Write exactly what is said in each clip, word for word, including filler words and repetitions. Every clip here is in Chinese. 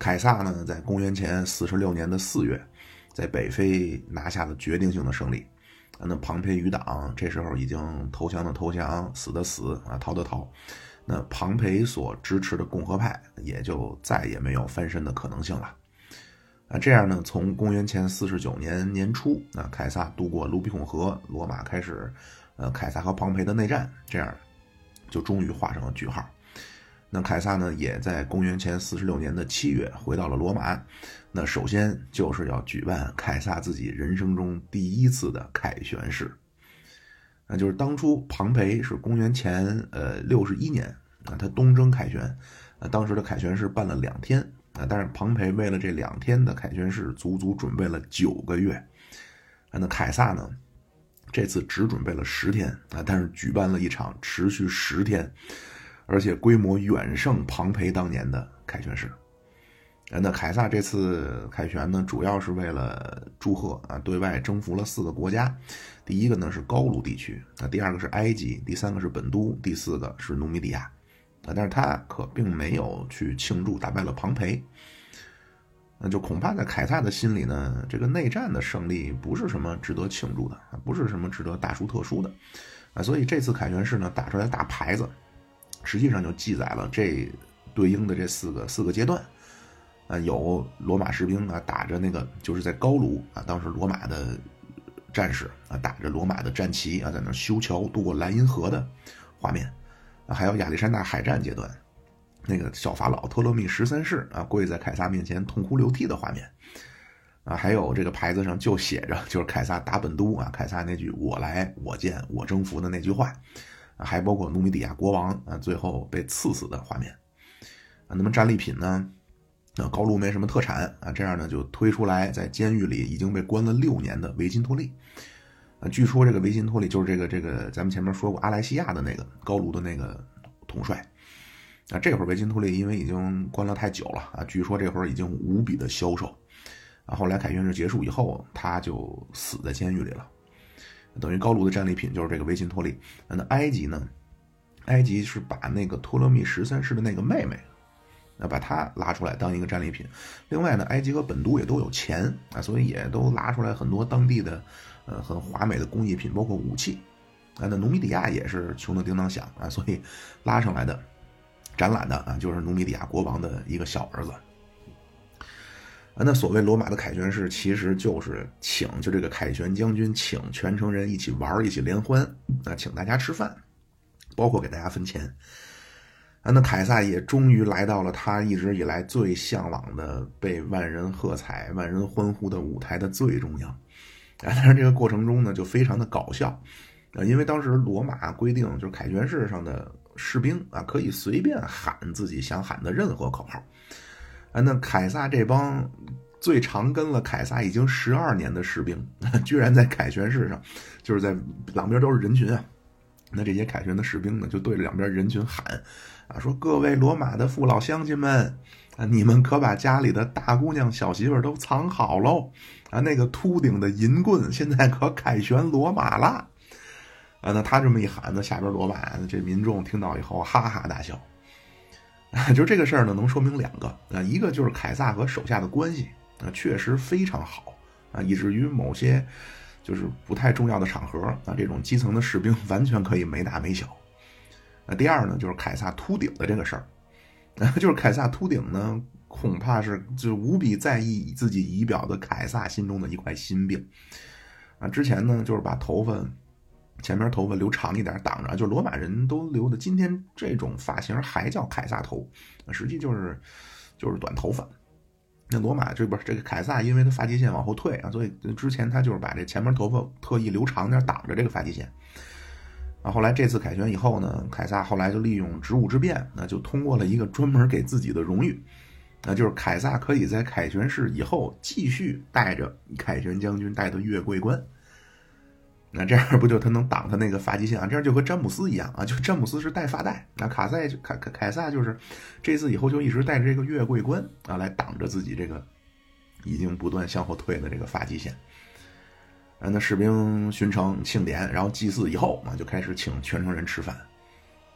凯撒呢，在公元前四十六年的四月，在北非拿下了决定性的胜利。那庞培余党这时候已经投降的投降，死的死啊，逃的逃。那庞培所支持的共和派也就再也没有翻身的可能性了。啊，这样呢，从公元前四十九年年初，啊，凯撒渡过卢比孔河，罗马开始，呃，凯撒和庞培的内战，这样就终于画上了句号。那凯撒呢，也在公元前四十六年的七月回到了罗马。那首先就是要举办凯撒自己人生中第一次的凯旋式。那就是当初庞培是公元前呃六十一年啊，他东征凯旋，啊，当时的凯旋式办了两天啊，但是庞培为了这两天的凯旋式，足足准备了九个月。啊，那凯撒呢，这次只准备了十天啊，但是举办了一场持续十天，而且规模远胜庞培当年的凯旋式。那凯撒这次凯旋呢，主要是为了祝贺啊，对外征服了四个国家。第一个呢是高卢地区，啊，第二个是埃及，第三个是本都，第四个是努米底亚。啊，但是他可并没有去庆祝打败了庞培。那就恐怕在凯撒的心里呢，这个内战的胜利不是什么值得庆祝的，不是什么值得大书特书的。啊，所以这次凯旋式呢，打出来大牌子，实际上就记载了这对应的这四个四个阶段。啊，有罗马士兵啊打着那个就是在高卢啊，当时罗马的战士啊打着罗马的战旗啊，在那修桥渡过莱茵河的画面啊，还有亚历山大海战阶段，那个小法老托勒密十三世啊跪在凯撒面前痛哭流涕的画面啊，还有这个牌子上就写着就是凯撒打本都啊，凯撒那句我来我见我征服的那句话啊，还包括努米底亚国王啊最后被刺死的画面啊。那么战利品呢？那高卢没什么特产啊，这样呢就推出来在监狱里已经被关了六年的维金托利。啊，据说这个维金托利就是这个这个咱们前面说过阿莱西亚的那个高卢的那个统帅。啊，这会儿维金托利因为已经关了太久了啊，据说这会儿已经无比的消瘦。啊，后来凯旋式结束以后，他就死在监狱里了。等于高卢的战利品就是这个维金托利。那埃及呢？埃及是把那个托勒密十三世的那个妹妹。那把它拉出来当一个战利品。另外呢，埃及和本都也都有钱啊，所以也都拉出来很多当地的呃很华美的工艺品，包括武器啊。那努米底亚也是穷的叮当响啊，所以拉上来的展览的啊，就是努米底亚国王的一个小儿子。啊，那所谓罗马的凯旋式，其实就是请就这个凯旋将军请全城人一起玩，一起联欢啊，请大家吃饭，包括给大家分钱。啊，那凯撒也终于来到了他一直以来最向往的被万人喝彩、万人欢呼的舞台的最中央。啊，但是这个过程中呢，就非常的搞笑。啊，因为当时罗马规定，就是凯旋式上的士兵啊，可以随便喊自己想喊的任何口号。啊，那凯撒这帮最长跟了凯撒已经十二年的士兵，居然在凯旋式上，就是在两边都是人群啊。那这些凯旋的士兵呢，就对着两边人群喊啊，说各位罗马的父老乡亲们啊，你们可把家里的大姑娘小媳妇都藏好喽啊，那个秃顶的银棍现在可凯旋罗马了啊。那他这么一喊呢，下边罗马这民众听到以后哈哈大笑啊。就这个事儿呢，能说明两个啊，一个就是凯撒和手下的关系啊确实非常好啊，以至于某些就是不太重要的场合啊，这种基层的士兵完全可以没大没小。那第二呢，就是凯撒秃顶的这个事儿，就是凯撒秃顶呢，恐怕是就无比在意自己仪表的凯撒心中的一块心病啊。之前呢，就是把头发前面头发留长一点挡着，就罗马人都留的，今天这种发型还叫凯撒头，实际就是就是短头发。那罗马这不是这个凯撒，因为他发际线往后退啊，所以之前他就是把这前面头发特意留长点挡着这个发际线啊。后来这次凯旋以后呢，凯撒后来就利用职务之便，那就通过了一个专门给自己的荣誉，那就是凯撒可以在凯旋式以后继续带着凯旋将军带的月桂冠。那这样不就他能挡他那个发际线啊？这样就和詹姆斯一样啊，就詹姆斯是戴发带，那卡塞凯凯撒就是这次以后就一直带着这个月桂冠啊，来挡着自己这个已经不断向后退的这个发际线。啊，那士兵巡城庆典，然后祭祀以后啊，就开始请全城人吃饭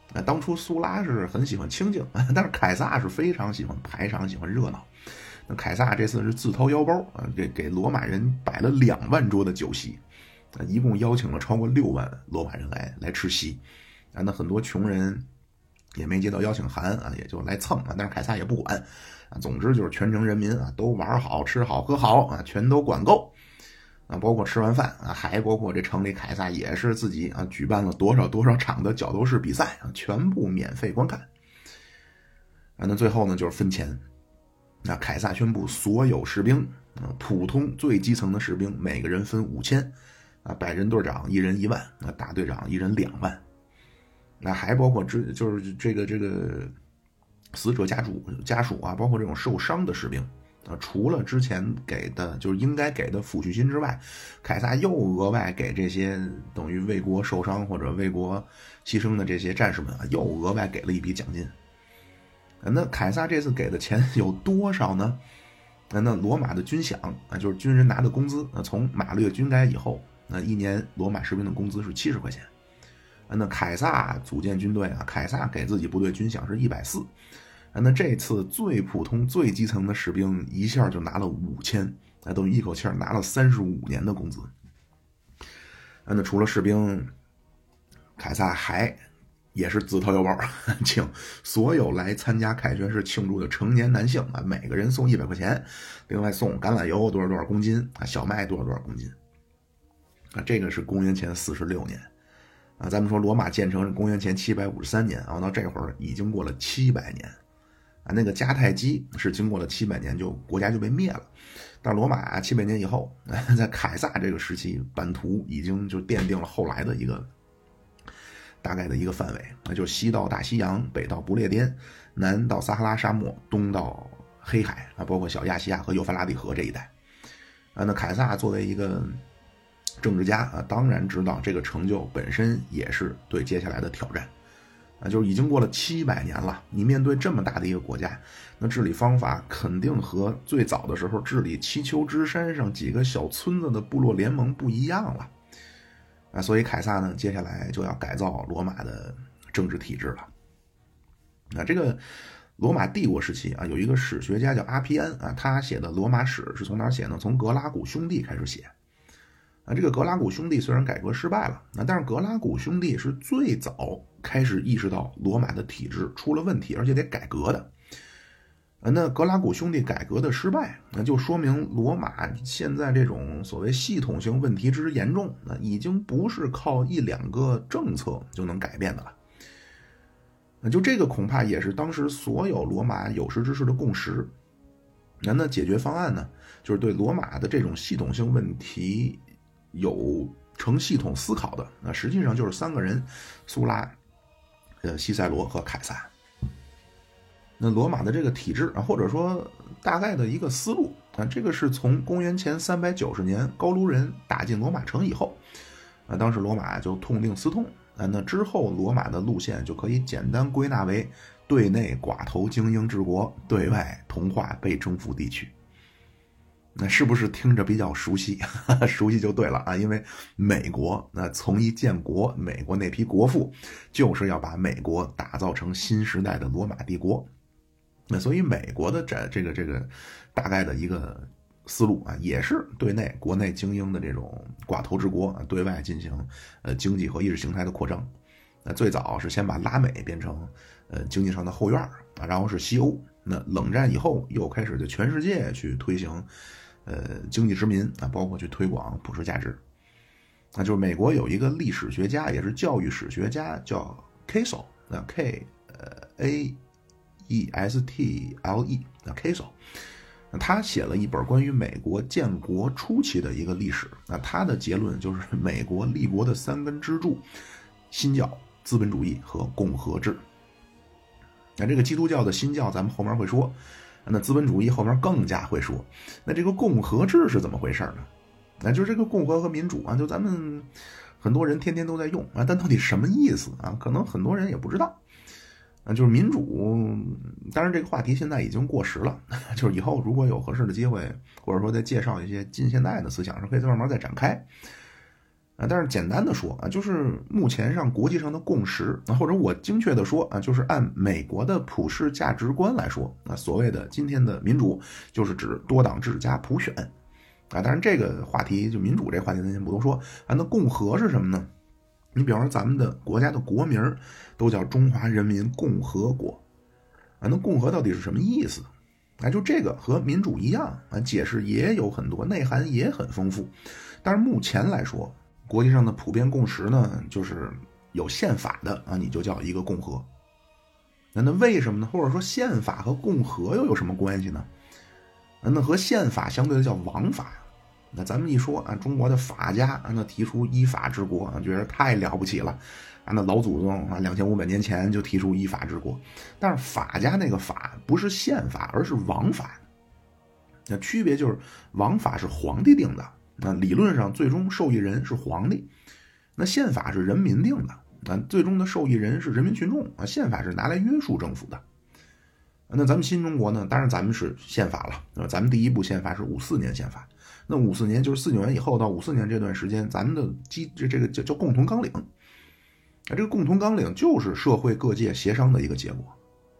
啊，当初苏拉是很喜欢清静，但是凯撒是非常喜欢排场，喜欢热闹。那凯撒这次是自掏腰包啊，给给罗马人摆了两万桌的酒席，啊，一共邀请了超过六万罗马人来来吃席。啊，那很多穷人也没接到邀请函啊，也就来蹭啊，但是凯撒也不管啊。总之就是全城人民啊都玩好、吃好、喝好啊，全都管够。啊，包括吃完饭啊，还包括这城里凯撒也是自己啊举办了多少多少场的角斗士比赛啊，全部免费观看。啊，那最后呢就是分钱。那凯撒宣布所有士兵啊，普通最基层的士兵每个人分五千，啊，百人队长一人一万，啊，大队长一人两万。那还包括之就是这个这个死者家属家属啊，包括这种受伤的士兵。啊，除了之前给的就是应该给的抚恤金之外，凯撒又额外给这些等于为国受伤或者为国牺牲的这些战士们啊，又额外给了一笔奖金。那凯撒这次给的钱有多少呢？那罗马的军饷啊，就是军人拿的工资，从马略军改以后，那一年罗马士兵的工资是七十块钱。那凯撒组建军队啊，凯撒给自己部队军饷是一百四。那这次最普通最基层的士兵一下就拿了五千，那等于一口气拿了三十五年的工资。那除了士兵，凯撒还也是自掏腰包，请所有来参加凯旋式庆祝的成年男性啊，每个人送一百块钱，另外送橄榄油多少多少公斤啊，小麦多少多少公斤。啊，这个是公元前四十六年啊，咱们说罗马建成是公元前七百五十三年啊，到这会儿已经过了七百年。啊，那个迦太基是经过了七百年就国家就被灭了，但罗马七百年以后，在凯撒这个时期，版图已经就奠定了后来的一个大概的一个范围，那就是西到大西洋，北到不列颠，南到撒哈拉沙漠，东到黑海啊，包括小亚细亚和幼发拉底河这一带。啊，那凯撒作为一个政治家啊，当然知道这个成就本身也是对接下来的挑战。啊，就是已经过了七百年了，你面对这么大的一个国家，那治理方法肯定和最早的时候治理七丘之山上几个小村子的部落联盟不一样了。啊，所以凯撒呢，接下来就要改造罗马的政治体制了。啊，这个罗马帝国时期啊，有一个史学家叫阿皮安啊，他写的罗马史是从哪儿写呢？从格拉古兄弟开始写。啊，这个格拉古兄弟虽然改革失败了，啊，但是格拉古兄弟是最早开始意识到罗马的体制出了问题，而且得改革的。啊，那格拉古兄弟改革的失败，那就说明罗马现在这种所谓系统性问题之严重，那已经不是靠一两个政策就能改变的了。那就这个恐怕也是当时所有罗马有识之士的共识。那那解决方案呢，就是对罗马的这种系统性问题有成系统思考的，那实际上就是三个人：苏拉、呃西塞罗和凯撒。那罗马的这个体制啊，或者说大概的一个思路啊，这个是从公元前三百九十年高卢人打进罗马城以后，啊，当时罗马就痛定思痛啊，那之后罗马的路线就可以简单归纳为：对内寡头精英治国，对外同化被征服地区。那是不是听着比较熟悉？熟悉就对了啊，因为美国那从一建国，美国那批国父就是要把美国打造成新时代的罗马帝国。那所以美国的这这个这个大概的一个思路啊，也是对内国内精英的这种寡头治国，对外进行呃经济和意识形态的扩张。那最早是先把拉美变成呃经济上的后院啊，然后是西欧。那冷战以后又开始对全世界去推行呃经济殖民啊，包括去推广普世价值。那就是美国有一个历史学家，也是教育史学家，叫 Kasel， 那 K 呃 A E S T L E， 那 Kasel， 那他写了一本关于美国建国初期的一个历史。那他的结论就是美国立国的三根支柱：新教、资本主义和共和制。那这个基督教的新教咱们后面会说，那资本主义后面更加会说。那这个共和制是怎么回事呢？那就是这个共和和民主啊，就咱们很多人天天都在用啊，但到底什么意思啊？可能很多人也不知道。啊，就是民主，当然这个话题现在已经过时了，就是以后如果有合适的机会，或者说再介绍一些近现代的思想，是可以再慢慢再展开。 啊，但是简单的说啊，就是目前上国际上的共识啊，或者我精确的说啊，就是按美国的普世价值观来说啊，所谓的今天的民主就是指多党制加普选啊。当然这个话题就民主这个话题咱先不多说啊。那共和是什么呢？你比方说咱们的国家的国名都叫中华人民共和国啊，那共和到底是什么意思？啊，就这个和民主一样啊，解释也有很多，内涵也很丰富。但是目前来说，国际上的普遍共识呢，就是有宪法的啊，你就叫一个共和。那那为什么呢？或者说宪法和共和又有什么关系呢？那和宪法相对的叫王法。那咱们一说啊，中国的法家啊，那提出依法治国啊，觉得太了不起了啊，那老祖宗啊，两千五百年前就提出依法治国。但是法家那个法不是宪法，而是王法。那区别就是王法是皇帝定的。那理论上最终受益人是皇帝，那宪法是人民定的，那最终的受益人是人民群众啊。宪法是拿来约束政府的。那咱们新中国呢，当然咱们是宪法了，咱们第一部宪法是五四年宪法。那五四年就是四九年以后到五四年这段时间，咱们的基这个叫叫共同纲领。这个共同纲领就是社会各界协商的一个结果。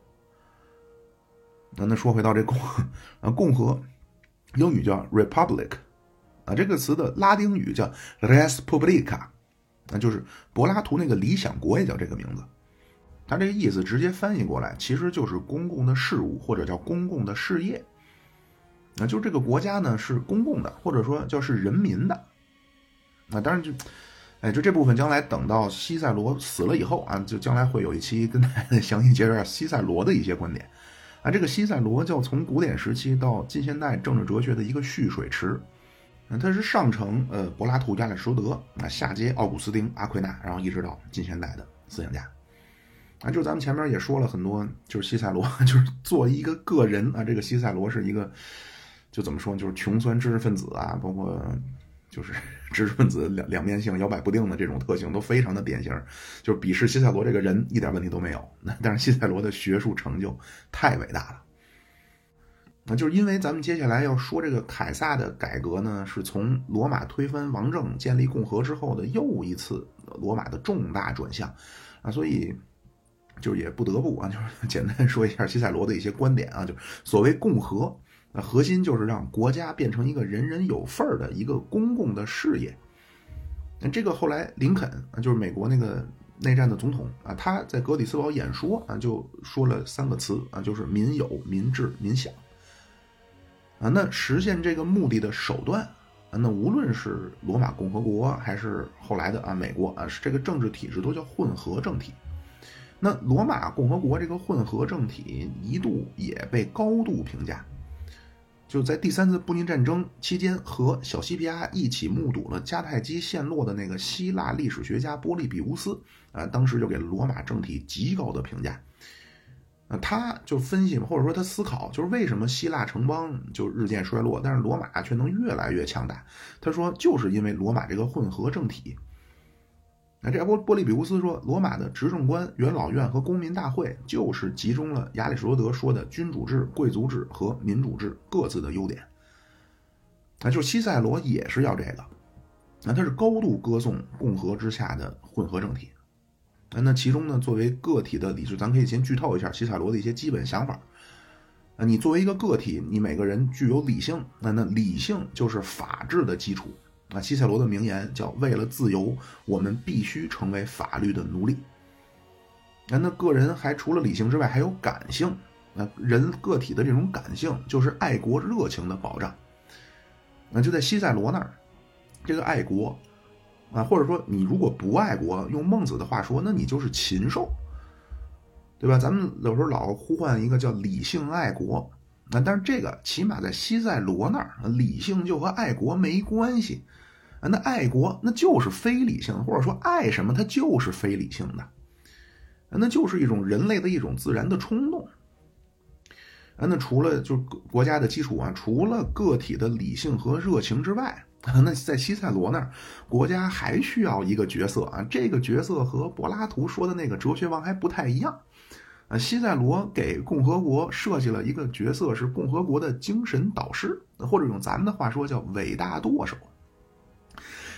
那那说回到这共啊共和，英语叫 republic。啊，这个词的拉丁语叫 res publica， 那就是柏拉图那个理想国也叫这个名字。它这个意思直接翻译过来，其实就是公共的事务或者叫公共的事业。那就这个国家呢是公共的，或者说叫是人民的。啊，当然就，哎，就这部分将来等到西塞罗死了以后啊，就将来会有一期跟大家详细介绍西塞罗的一些观点。啊，这个西塞罗叫从古典时期到近现代政治哲学的一个蓄水池。它是上承呃柏拉图、亚里士多德啊，下接奥古斯丁、阿奎那，然后一直到近现代的思想家啊。就咱们前面也说了很多，就是西塞罗，就是作为一个个人啊，这个西塞罗是一个，就怎么说，就是穷酸知识分子啊，包括就是知识分子两两面性、摇摆不定的这种特性都非常的典型。就是鄙视西塞罗这个人一点问题都没有，但是西塞罗的学术成就太伟大了。那就是因为咱们接下来要说这个凯撒的改革呢，是从罗马推翻王政建立共和之后的又一次罗马的重大转向啊，所以就也不得不啊，就是简单说一下西塞罗的一些观点啊。就所谓共和，那核心就是让国家变成一个人人有份的一个公共的事业。那这个后来林肯啊，就是美国那个内战的总统啊，他在格里斯堡演说啊，就说了三个词啊，就是民有、民治、民享。啊，那实现这个目的的手段啊，那无论是罗马共和国还是后来的啊美国啊，这个政治体制都叫混合政体。那罗马共和国这个混合政体一度也被高度评价，就在第三次布匿战争期间，和小西皮亚一起目睹了迦太基陷落的那个希腊历史学家波利比乌斯啊，当时就给罗马政体极高的评价。他就分析嘛，或者说他思考，就是为什么希腊城邦就日渐衰落，但是罗马却能越来越强大。他说，就是因为罗马这个混合政体。那这波波利比乌斯说，罗马的执政官、元老院和公民大会就是集中了亚里士多德说的君主制、贵族制和民主制各自的优点。那就是西塞罗也是要这个，那他是高度歌颂共和之下的混合政体。那其中呢，作为个体的理智，咱可以先剧透一下西塞罗的一些基本想法。你作为一个个体，你每个人具有理性，那那理性就是法治的基础。啊，西塞罗的名言叫“为了自由，我们必须成为法律的奴隶”。那个人还除了理性之外，还有感性。那人个体的这种感性，就是爱国热情的保障。那就在西塞罗那儿，这个爱国。啊，或者说你如果不爱国，用孟子的话说，那你就是禽兽，对吧？咱们有时候老呼唤一个叫理性爱国，那但是这个起码在西塞罗那儿，理性就和爱国没关系啊。那爱国那就是非理性，或者说爱什么它就是非理性的，那就是一种人类的一种自然的冲动。啊，那除了就国家的基础啊，除了个体的理性和热情之外，那在西塞罗那儿，国家还需要一个角色啊，这个角色和柏拉图说的那个哲学王还不太一样啊。西塞罗给共和国设计了一个角色，是共和国的精神导师，或者用咱们的话说叫伟大舵手。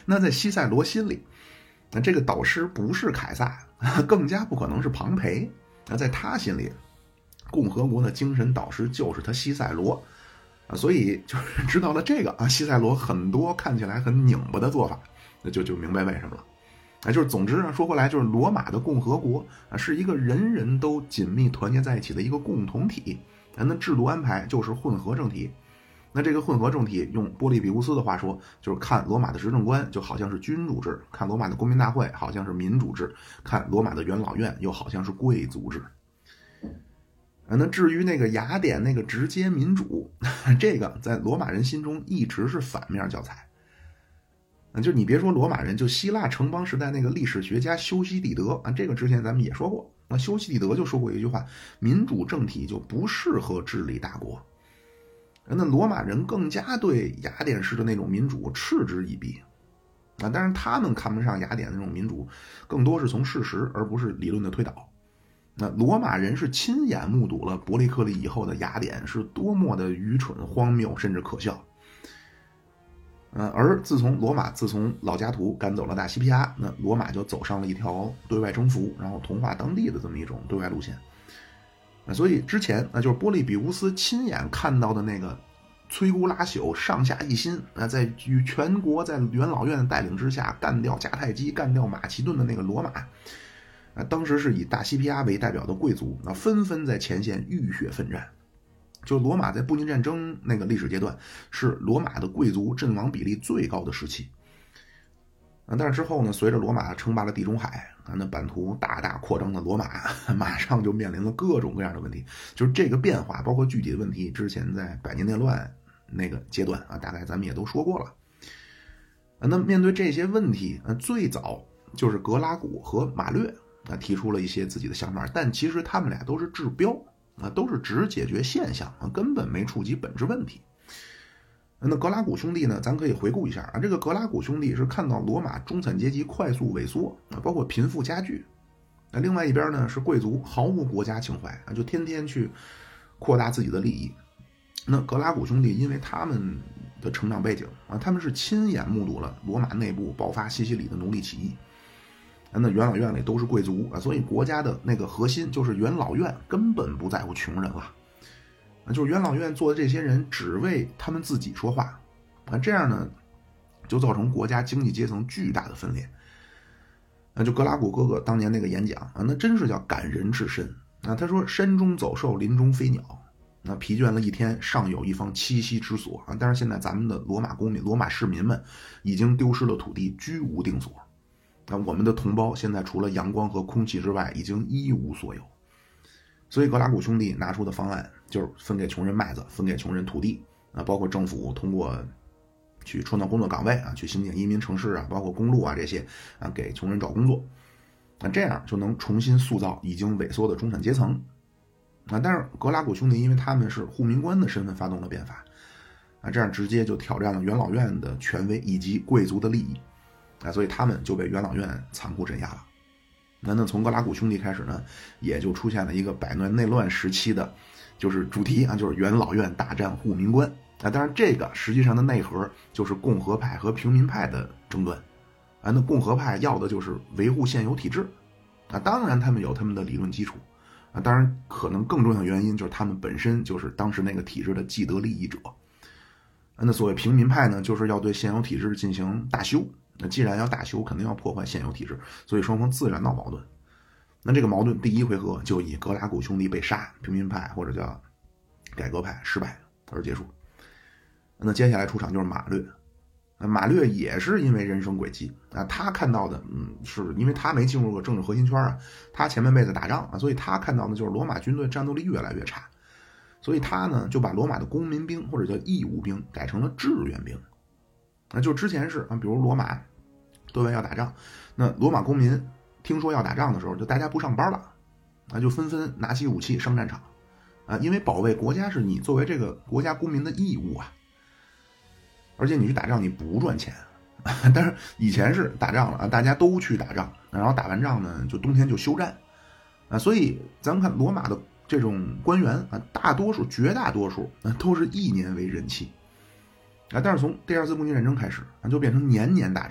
那在西塞罗心里，那这个导师不是凯撒，更加不可能是庞培。那在他心里，共和国的精神导师就是他西塞罗啊，所以就是知道了这个啊，西塞罗很多看起来很拧巴的做法，那就就明白为什么了。啊，就是总之啊，说回来，就是罗马的共和国啊，是一个人人都紧密团结在一起的一个共同体。啊，那制度安排就是混合政体。那这个混合政体，用波利比乌斯的话说，就是看罗马的执政官就好像是君主制，看罗马的公民大会好像是民主制，看罗马的元老院又好像是贵族制。啊，那至于那个雅典那个直接民主，这个在罗马人心中一直是反面教材。就你别说罗马人，就希腊城邦时代那个历史学家修昔底德啊，这个之前咱们也说过。那修昔底德就说过一句话：民主政体就不适合治理大国。那罗马人更加对雅典式的那种民主嗤之以鼻啊，当然他们看不上雅典的那种民主，更多是从事实而不是理论的推导。那罗马人是亲眼目睹了伯利克利以后的雅典是多么的愚蠢、荒谬，甚至可笑。呃，而自从罗马自从老加图赶走了大西皮亚，那罗马就走上了一条对外征服，然后同化当地的这么一种对外路线。所以之前那就是波利比乌斯亲眼看到的那个摧枯拉朽、上下一心啊，在与全国在元老院的带领之下干掉迦太基、干掉马其顿的那个罗马啊，当时是以大西皮亚为代表的贵族啊，纷纷在前线浴血奋战。就罗马在布匿战争那个历史阶段，是罗马的贵族阵亡比例最高的时期。但是之后呢，随着罗马称霸了地中海啊，那版图大大扩张的罗马马上就面临了各种各样的问题。就是这个变化，包括具体的问题，之前在百年内乱那个阶段啊，大概咱们也都说过了。啊，那面对这些问题啊，最早就是格拉古和马略啊提出了一些自己的想法，但其实他们俩都是治标啊，都是只解决现象啊，根本没触及本质问题。那格拉古兄弟呢，咱可以回顾一下啊，这个格拉古兄弟是看到罗马中产阶级快速萎缩啊，包括贫富加剧。那另外一边呢，是贵族毫无国家情怀啊，就天天去扩大自己的利益。那格拉古兄弟因为他们的成长背景啊，他们是亲眼目睹了罗马内部爆发西西里的奴隶起义。那元老院里都是贵族啊，所以国家的那个核心就是元老院根本不在乎穷人了。就是元老院做的这些人只为他们自己说话啊，这样呢就造成国家经济阶层巨大的分裂。那就格拉古哥哥当年那个演讲啊，那真是叫感人至深啊。他说：“山中走兽，林中飞鸟，那疲倦了一天，尚有一方栖息之所啊。”但是现在咱们的罗马公民、罗马市民们已经丢失了土地，居无定所。那我们的同胞现在除了阳光和空气之外，已经一无所有。所以格拉古兄弟拿出的方案就是分给穷人麦子，分给穷人土地啊，包括政府通过去创造工作岗位啊，去兴建移民城市啊，包括公路啊这些啊，给穷人找工作。那这样就能重新塑造已经萎缩的中产阶层啊。但是格拉古兄弟因为他们是护民官的身份发动了变法啊，这样直接就挑战了元老院的权威以及贵族的利益啊，所以他们就被元老院残酷镇压了。那那从格拉古兄弟开始呢，也就出现了一个百年内乱时期的，就是主题啊，就是元老院大战护民官啊。当然，这个实际上的内核就是共和派和平民派的争端啊。那共和派要的就是维护现有体制啊，当然他们有他们的理论基础啊，当然可能更重要的原因就是他们本身就是当时那个体制的既得利益者。那所谓平民派呢，就是要对现有体制进行大修。那既然要大修，肯定要破坏现有体制，所以双方自然闹矛盾。那这个矛盾第一回合就以格拉古兄弟被杀，平民派或者叫改革派失败而结束。那接下来出场就是马略。马略也是因为人生轨迹啊，他看到的，嗯，是因为他没进入过政治核心圈啊，他前半辈子打仗啊，所以他看到的就是罗马军队战斗力越来越差，所以他呢就把罗马的公民兵或者叫义务兵改成了志愿兵。那就之前是啊，比如罗马对外要打仗，那罗马公民听说要打仗的时候，就大家不上班了啊，就纷纷拿起武器上战场啊，因为保卫国家是你作为这个国家公民的义务啊。而且你去打仗你不赚钱，但是以前是打仗了啊，大家都去打仗，然后打完仗呢，就冬天就休战啊，所以咱们看罗马的这种官员啊，大多数、绝大多数啊都是一年为任期啊，但是从第二次布匿战争开始啊，就变成年年打仗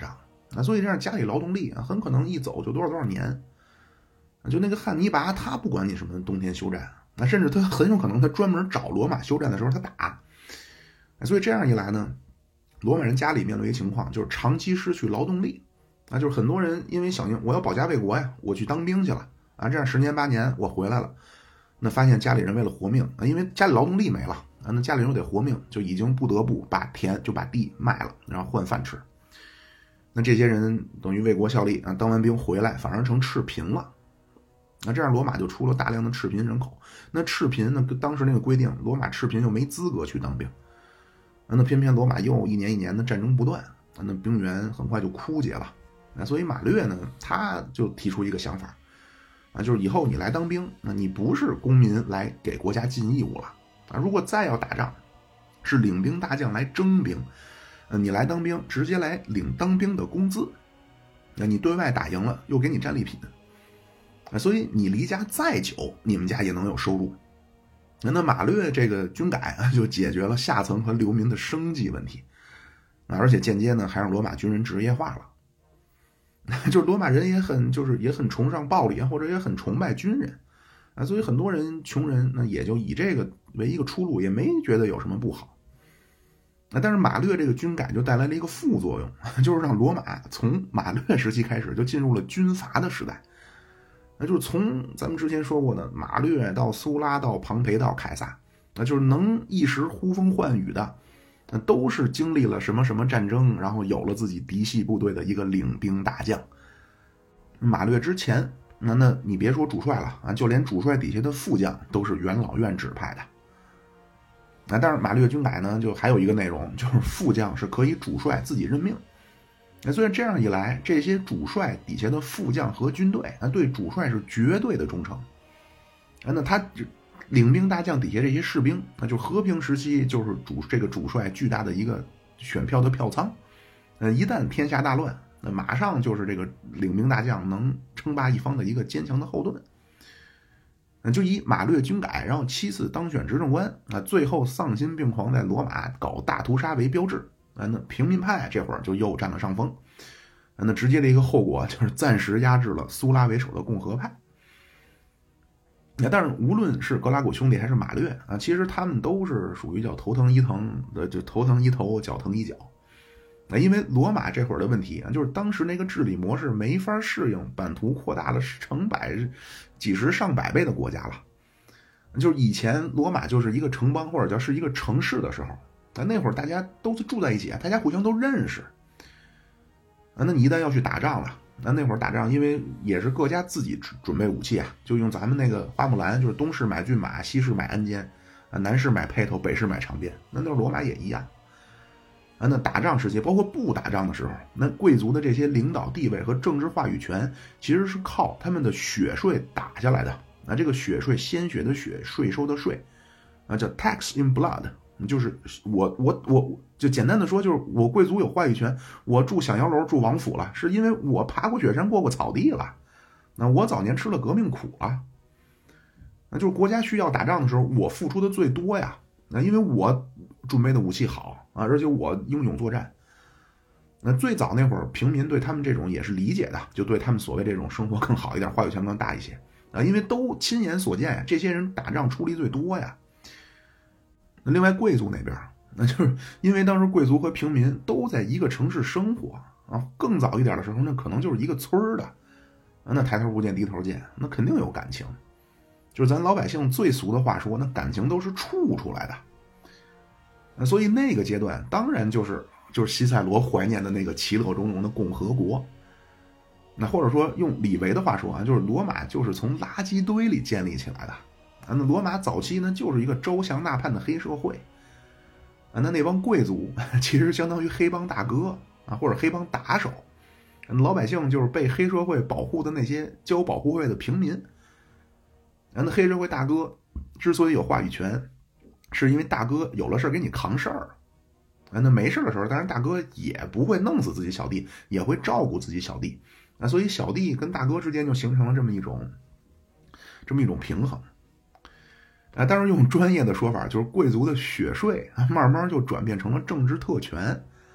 啊，所以这样家里劳动力啊，很可能一走就多少多少年。就那个汉尼拔，他不管你什么冬天休战，那甚至他很有可能他专门找罗马休战的时候他打。所以这样一来呢，罗马人家里面对一个情况就是长期失去劳动力啊，就是很多人因为想我要保家卫国呀，我去当兵去了啊，这样十年八年我回来了，那发现家里人为了活命啊，因为家里劳动力没了啊，那家里人又得活命，就已经不得不把田就把地卖了，然后换饭吃。那这些人等于为国效力啊，当完兵回来反而成赤贫了。那这样罗马就出了大量的赤贫人口。那赤贫呢，当时那个规定，罗马赤贫又没资格去当兵。那偏偏罗马又一年一年的战争不断，那兵源很快就枯竭了。那所以马略呢，他就提出一个想法啊，就是以后你来当兵，那你不是公民来给国家尽义务了啊，如果再要打仗，是领兵大将来征兵，你来当兵直接来领当兵的工资，那你对外打赢了又给你战利品，所以你离家再久，你们家也能有收入。那马略这个军改啊，就解决了下层和流民的生计问题，而且间接呢还让罗马军人职业化了。就是罗马人也很就是也很崇尚暴力，或者也很崇拜军人啊，所以很多人穷人那也就以这个为一个出路，也没觉得有什么不好。那但是马略这个军改就带来了一个副作用，就是让罗马从马略时期开始就进入了军阀的时代。那就是从咱们之前说过的马略到苏拉到庞培到凯撒，那就是能一时呼风唤雨的，那都是经历了什么什么战争，然后有了自己嫡系部队的一个领兵大将。马略之前，那那你别说主帅了啊，就连主帅底下的副将都是元老院指派的。那但是马略军改呢，就还有一个内容，就是副将是可以主帅自己任命。那所以这样一来，这些主帅底下的副将和军队，那对主帅是绝对的忠诚。那他领兵大将底下这些士兵，那就和平时期就是主这个主帅巨大的一个选票的票仓。呃，一旦天下大乱，那马上就是这个领兵大将能称霸一方的一个坚强的后盾。那就以马略军改，然后七次当选执政官啊，最后丧心病狂在罗马搞大屠杀为标志。啊，那平民派这会儿就又占了上风，啊，那直接的一个后果就是暂时压制了苏拉为首的共和派。那但是无论是格拉古兄弟还是马略啊，其实他们都是属于叫头疼医疼的，就头疼医头，脚疼医脚。那因为罗马这会儿的问题啊，就是当时那个治理模式没法适应版图扩大了成百、几十上百倍的国家了。就是以前罗马就是一个城邦或者叫是一个城市的时候。那那会儿大家都住在一起，大家互相都认识。那你一旦要去打仗了，那那会儿打仗，因为也是各家自己准备武器啊，就用咱们那个花木兰，就是东市买骏马，西市买鞍鞯，啊，南市买辔头，北市买长鞭。那那罗马也一样。啊，那打仗时期，包括不打仗的时候，那贵族的这些领导地位和政治话语权，其实是靠他们的血税打下来的。那这个血税，鲜血的血，税收的税，啊，叫 tax in blood。就是我我我就简单的说，就是我贵族有话语权，我住享窑楼住王府了，是因为我爬过雪山过过草地了，那我早年吃了革命苦了，那就是国家需要打仗的时候，我付出的最多呀，那因为我准备的武器好啊，而且我英勇作战。那最早那会儿，平民对他们这种也是理解的，就对他们所谓这种生活更好一点，话语权更大一些啊，因为都亲眼所见呀，这些人打仗出力最多呀。那另外贵族那边，那就是因为当时贵族和平民都在一个城市生活啊，更早一点的时候，那可能就是一个村的，那抬头不见低头见，那肯定有感情。就是咱老百姓最俗的话说，那感情都是处出来的。那所以那个阶段，当然就是就是西塞罗怀念的那个其乐融融的共和国。那或者说用李维的话说啊，就是罗马就是从垃圾堆里建立起来的。啊，那罗马早期呢，就是一个招降纳叛的黑社会。啊，那那帮贵族其实相当于黑帮大哥啊，或者黑帮打手。老百姓就是被黑社会保护的那些交保护费的平民。啊，那黑社会大哥之所以有话语权，是因为大哥有了事给你扛事儿。啊，那没事的时候，当然大哥也不会弄死自己小弟，也会照顾自己小弟。啊，所以小弟跟大哥之间就形成了这么一种，这么一种平衡。啊，当然用专业的说法，就是贵族的血税慢慢就转变成了政治特权。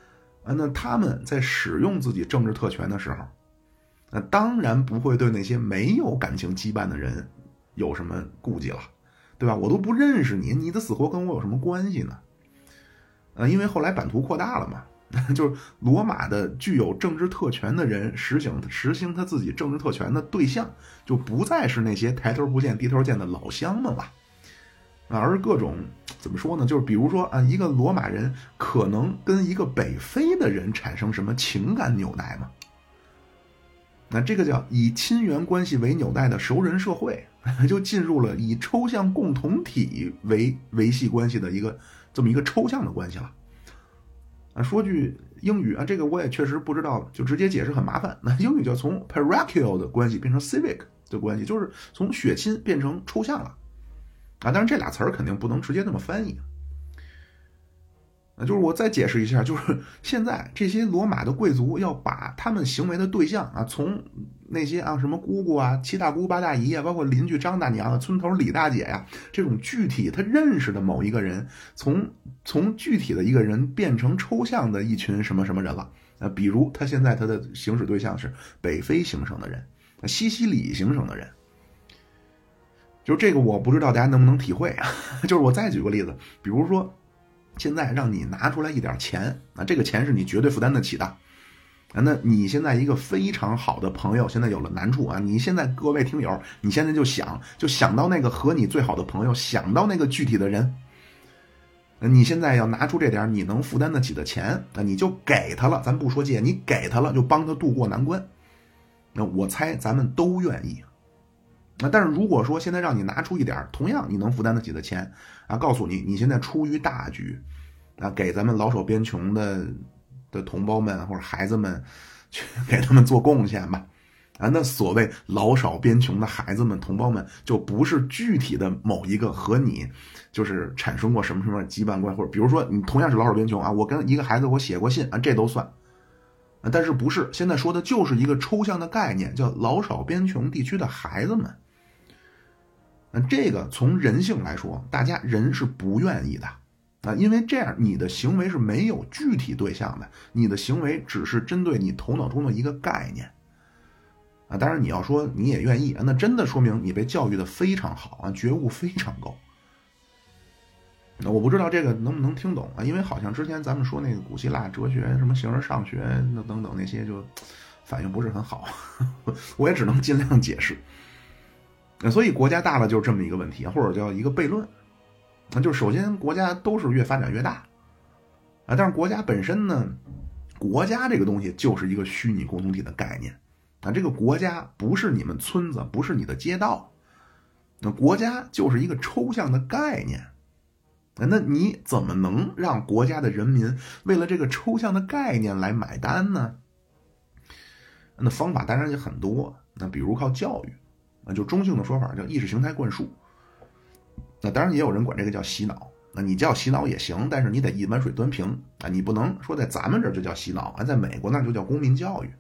啊，那他们在使用自己政治特权的时候，那当然不会对那些没有感情羁绊的人有什么顾忌了，对吧？我都不认识你，你的死活跟我有什么关系呢？呃，因为后来版图扩大了嘛，就是罗马的具有政治特权的人实行实行他自己政治特权的对象，就不再是那些抬头不见低头见的老乡们了，啊，而各种怎么说呢？就是比如说啊，一个罗马人可能跟一个北非的人产生什么情感纽带吗？那这个叫以亲缘关系为纽带的熟人社会，就进入了以抽象共同体为维系关系的一个这么一个抽象的关系了。啊，说句英语啊，这个我也确实不知道，就直接解释很麻烦。那英语叫从 parochial 的关系变成 civic 的关系，就是从血亲变成抽象了。啊，当然这俩词儿肯定不能直接那么翻译。啊，就是我再解释一下，就是现在这些罗马的贵族要把他们行为的对象啊，从那些啊什么姑姑啊、七大姑八大姨啊，包括邻居张大娘啊、村头李大姐呀、啊，这种具体他认识的某一个人，从从具体的一个人变成抽象的一群什么什么人了。啊，比如他现在他的行使对象是北非行省的人，西西里行省的人。就这个我不知道大家能不能体会啊？就是我再举个例子，比如说。现在让你拿出来一点钱，啊，这个钱是你绝对负担得起的，啊，那你现在一个非常好的朋友现在有了难处啊，你现在各位听友，你现在就想就想到那个和你最好的朋友，想到那个具体的人，你现在要拿出这点你能负担得起的钱，那你就给他了，咱不说借，你给他了就帮他渡过难关，那我猜咱们都愿意。那但是如果说现在让你拿出一点同样你能负担得起的钱啊，告诉你你现在出于大局啊，给咱们老少边穷的的同胞们或者孩子们去给他们做贡献吧啊，那所谓老少边穷的孩子们同胞们就不是具体的某一个和你就是产生过什么什么羁绊关系，或者比如说你同样是老少边穷啊，我跟一个孩子我写过信啊，这都算。但是不是现在说的就是一个抽象的概念，叫老少边穷地区的孩子们。那这个从人性来说，大家人是不愿意的啊，因为这样你的行为是没有具体对象的，你的行为只是针对你头脑中的一个概念啊。当然你要说你也愿意啊，那真的说明你被教育的非常好啊，觉悟非常高。那我不知道这个能不能听懂啊，因为好像之前咱们说那个古希腊哲学什么形而上学等等那些就反应不是很好，我也只能尽量解释。所以国家大了就是这么一个问题，或者叫一个悖论。那就首先国家都是越发展越大啊，但是国家本身呢，国家这个东西就是一个虚拟共同体的概念啊，这个国家不是你们村子，不是你的街道，那国家就是一个抽象的概念。那你怎么能让国家的人民为了这个抽象的概念来买单呢？那方法当然也很多，那比如靠教育。就中性的说法叫意识形态灌输，那当然也有人管这个叫洗脑，那你叫洗脑也行，但是你得一碗水端平啊，你不能说在咱们这儿就叫洗脑，在美国那就叫公民教育。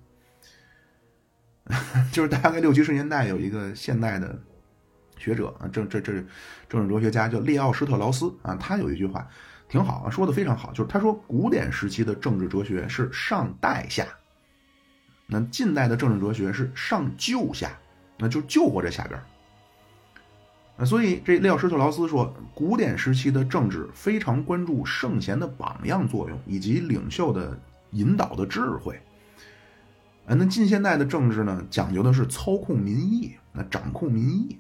就是大概六七十年代有一个现代的学者啊，政这这政治哲学家叫列奥施特劳斯啊，他有一句话挺好啊，说的非常好，就是他说古典时期的政治哲学是上代下，那近代的政治哲学是上救下。那就救活这下边。所以这列奥施特劳斯说，古典时期的政治非常关注圣贤的榜样作用以及领袖的引导的智慧。那近现代的政治呢，讲究的是操控民意，那掌控民意。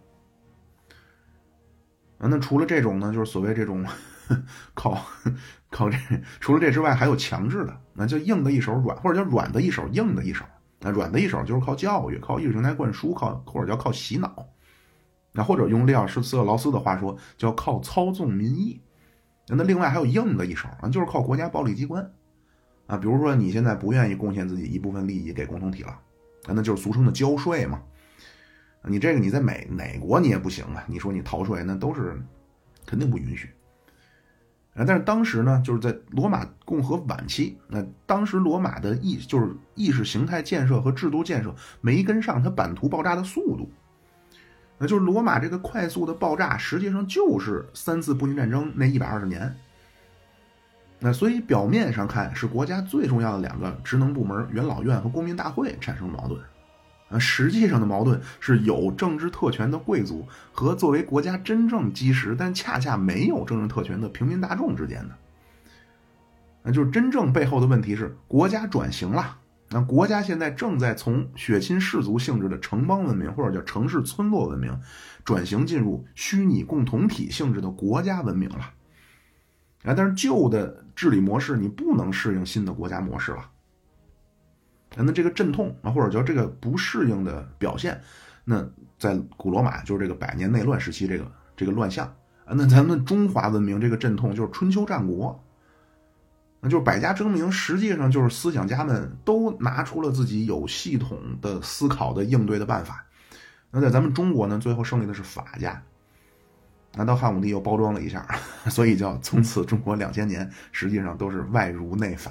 那除了这种呢，就是所谓这种靠靠这，除了这之外还有强制的，那就硬的一手软，或者叫软的一手硬的一手。那软的一手就是靠教育，靠意识形态灌输，靠或者叫靠洗脑，那或者用列奥施特劳斯的话说，叫靠操纵民意。那另外还有硬的一手啊，就是靠国家暴力机关啊，比如说你现在不愿意贡献自己一部分利益给共同体了，那就是俗称的交税嘛。你这个你在美哪国你也不行啊，你说你逃税那都是肯定不允许。但是当时呢，就是在罗马共和晚期，那当时罗马的意就是意识形态建设和制度建设没跟上它版图爆炸的速度，那就是罗马这个快速的爆炸，实际上就是三次布匿战争那一百二十年。 那所以表面上看是国家最重要的两个职能部门元老院和公民大会产生矛盾，啊，实际上的矛盾是有政治特权的贵族和作为国家真正基石但恰恰没有政治特权的平民大众之间的。那就是真正背后的问题是国家转型了，那国家现在正在从血亲氏族性质的城邦文明或者叫城市村落文明转型进入虚拟共同体性质的国家文明了。啊，但是旧的治理模式你不能适应新的国家模式了。那这个阵痛啊，或者叫这个不适应的表现，那在古罗马就是这个百年内乱时期这个这个乱象啊，那咱们中华文明这个阵痛就是春秋战国。那就是百家争鸣，实际上就是思想家们都拿出了自己有系统的思考的应对的办法。那在咱们中国呢，最后胜利的是法家。那到汉武帝又包装了一下，所以叫从此中国两千年实际上都是外儒内法。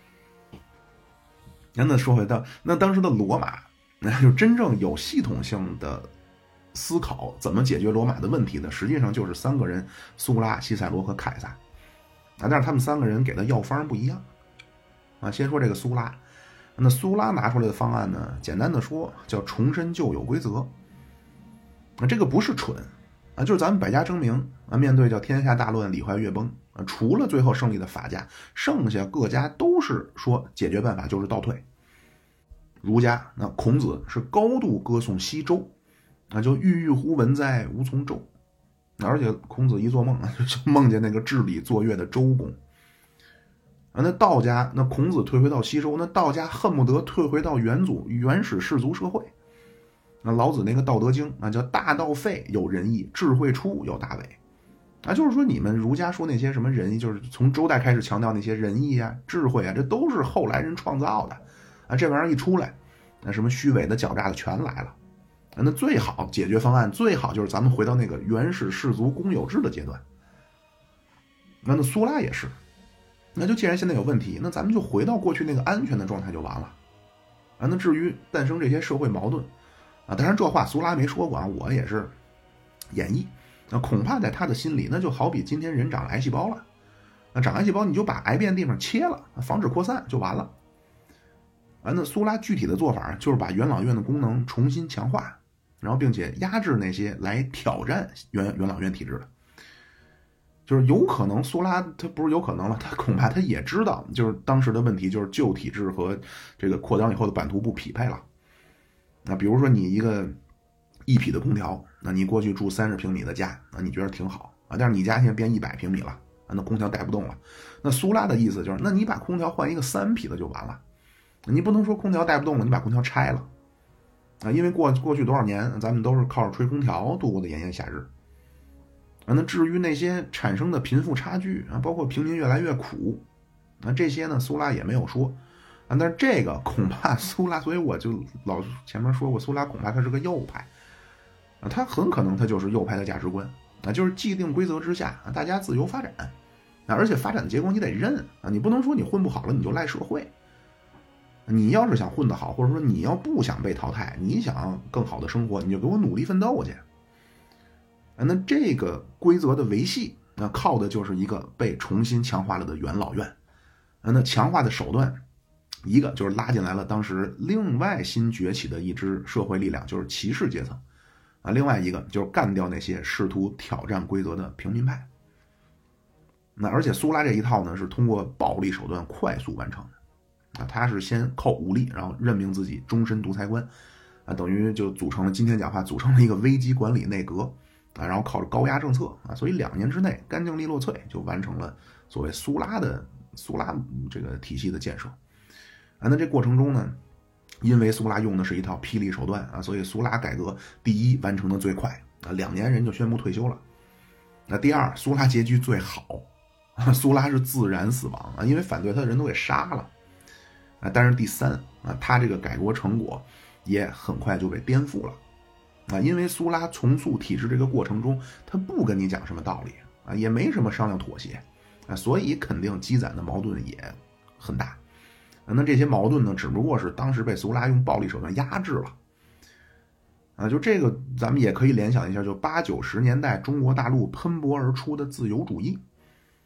那说回到那当时的罗马，那就真正有系统性的思考怎么解决罗马的问题的，实际上就是三个人：苏拉、西塞罗和凯撒。啊，但是他们三个人给的药方不一样啊。先说这个苏拉，那苏拉拿出来的方案呢，简单的说叫重申旧有规则。啊，这个不是蠢啊，就是咱们百家争鸣啊，面对叫天下大乱、礼坏乐崩啊，除了最后胜利的法家，剩下各家都是说解决办法就是倒退。儒家那孔子是高度歌颂西周，那就郁郁乎文哉，无从周。而且孔子一做梦就梦见那个治理作乐的周公啊。那道家那孔子退回到西周，那道家恨不得退回到元祖原始氏族社会。那老子那个道德经啊，叫大道废有仁义，智慧出有大伪啊，就是说你们儒家说那些什么仁义，就是从周代开始强调那些仁义啊、智慧啊，这都是后来人创造的啊。这玩意儿一出来，那什么虚伪的、狡诈的全来了。那最好解决方案最好就是咱们回到那个原始氏族公有制的阶段。那那苏拉也是，那就既然现在有问题，那咱们就回到过去那个安全的状态就完了啊。那至于诞生这些社会矛盾啊，当然这话苏拉没说过啊，我也是演绎。那恐怕在他的心里，那就好比今天人长了癌细胞了，那长癌细胞你就把癌变地方切了，防止扩散就完了啊。那苏拉具体的做法就是把元老院的功能重新强化，然后并且压制那些来挑战元元老院体制的。就是有可能苏拉他不是有可能了，他恐怕他也知道，就是当时的问题就是旧体制和这个扩张以后的版图不匹配了。那比如说你一个一匹的空调，那你过去住三十平米的家，那你觉得挺好啊，但是你家现在变一百平米了，那空调带不动了。那苏拉的意思就是，那你把空调换一个三匹的就完了，你不能说空调带不动了，你把空调拆了。啊，因为过过去多少年，咱们都是靠着吹空调度过的炎炎夏日。啊，那至于那些产生的贫富差距啊，包括平民越来越苦，啊，这些呢，苏拉也没有说。啊，但是这个恐怕苏拉，所以我就老前面说过，苏拉恐怕他是个右派。啊，他很可能他就是右派的价值观啊，就是既定规则之下啊，大家自由发展。啊，而且发展的结果你得认啊，你不能说你混不好了你就赖社会。你要是想混得好，或者说你要不想被淘汰，你想更好的生活，你就给我努力奋斗去。啊，那这个规则的维系，那靠的就是一个被重新强化了的元老院。啊，那强化的手段，一个就是拉进来了当时另外新崛起的一支社会力量，就是骑士阶层。啊，另外一个就是干掉那些试图挑战规则的平民派。那而且苏拉这一套呢，是通过暴力手段快速完成的。啊，他是先靠武力，然后任命自己终身独裁官，啊，等于就组成了今天讲话组成了一个危机管理内阁，啊，然后靠着高压政策啊，所以两年之内干净利落脆就完成了所谓苏拉的苏拉这个体系的建设。啊，那这过程中呢，因为苏拉用的是一套霹雳手段啊，所以苏拉改革第一完成的最快啊，两年人就宣布退休了。那第二，苏拉结局最好，啊，苏拉是自然死亡啊，因为反对他的人都给杀了。啊，但是第三啊，他这个改国成果也很快就被颠覆了啊，因为苏拉重塑体制这个过程中，他不跟你讲什么道理啊，也没什么商量妥协啊，所以肯定积攒的矛盾也很大。啊，那这些矛盾呢，只不过是当时被苏拉用暴力手段压制了啊，就这个咱们也可以联想一下，就八九十年代中国大陆喷薄而出的自由主义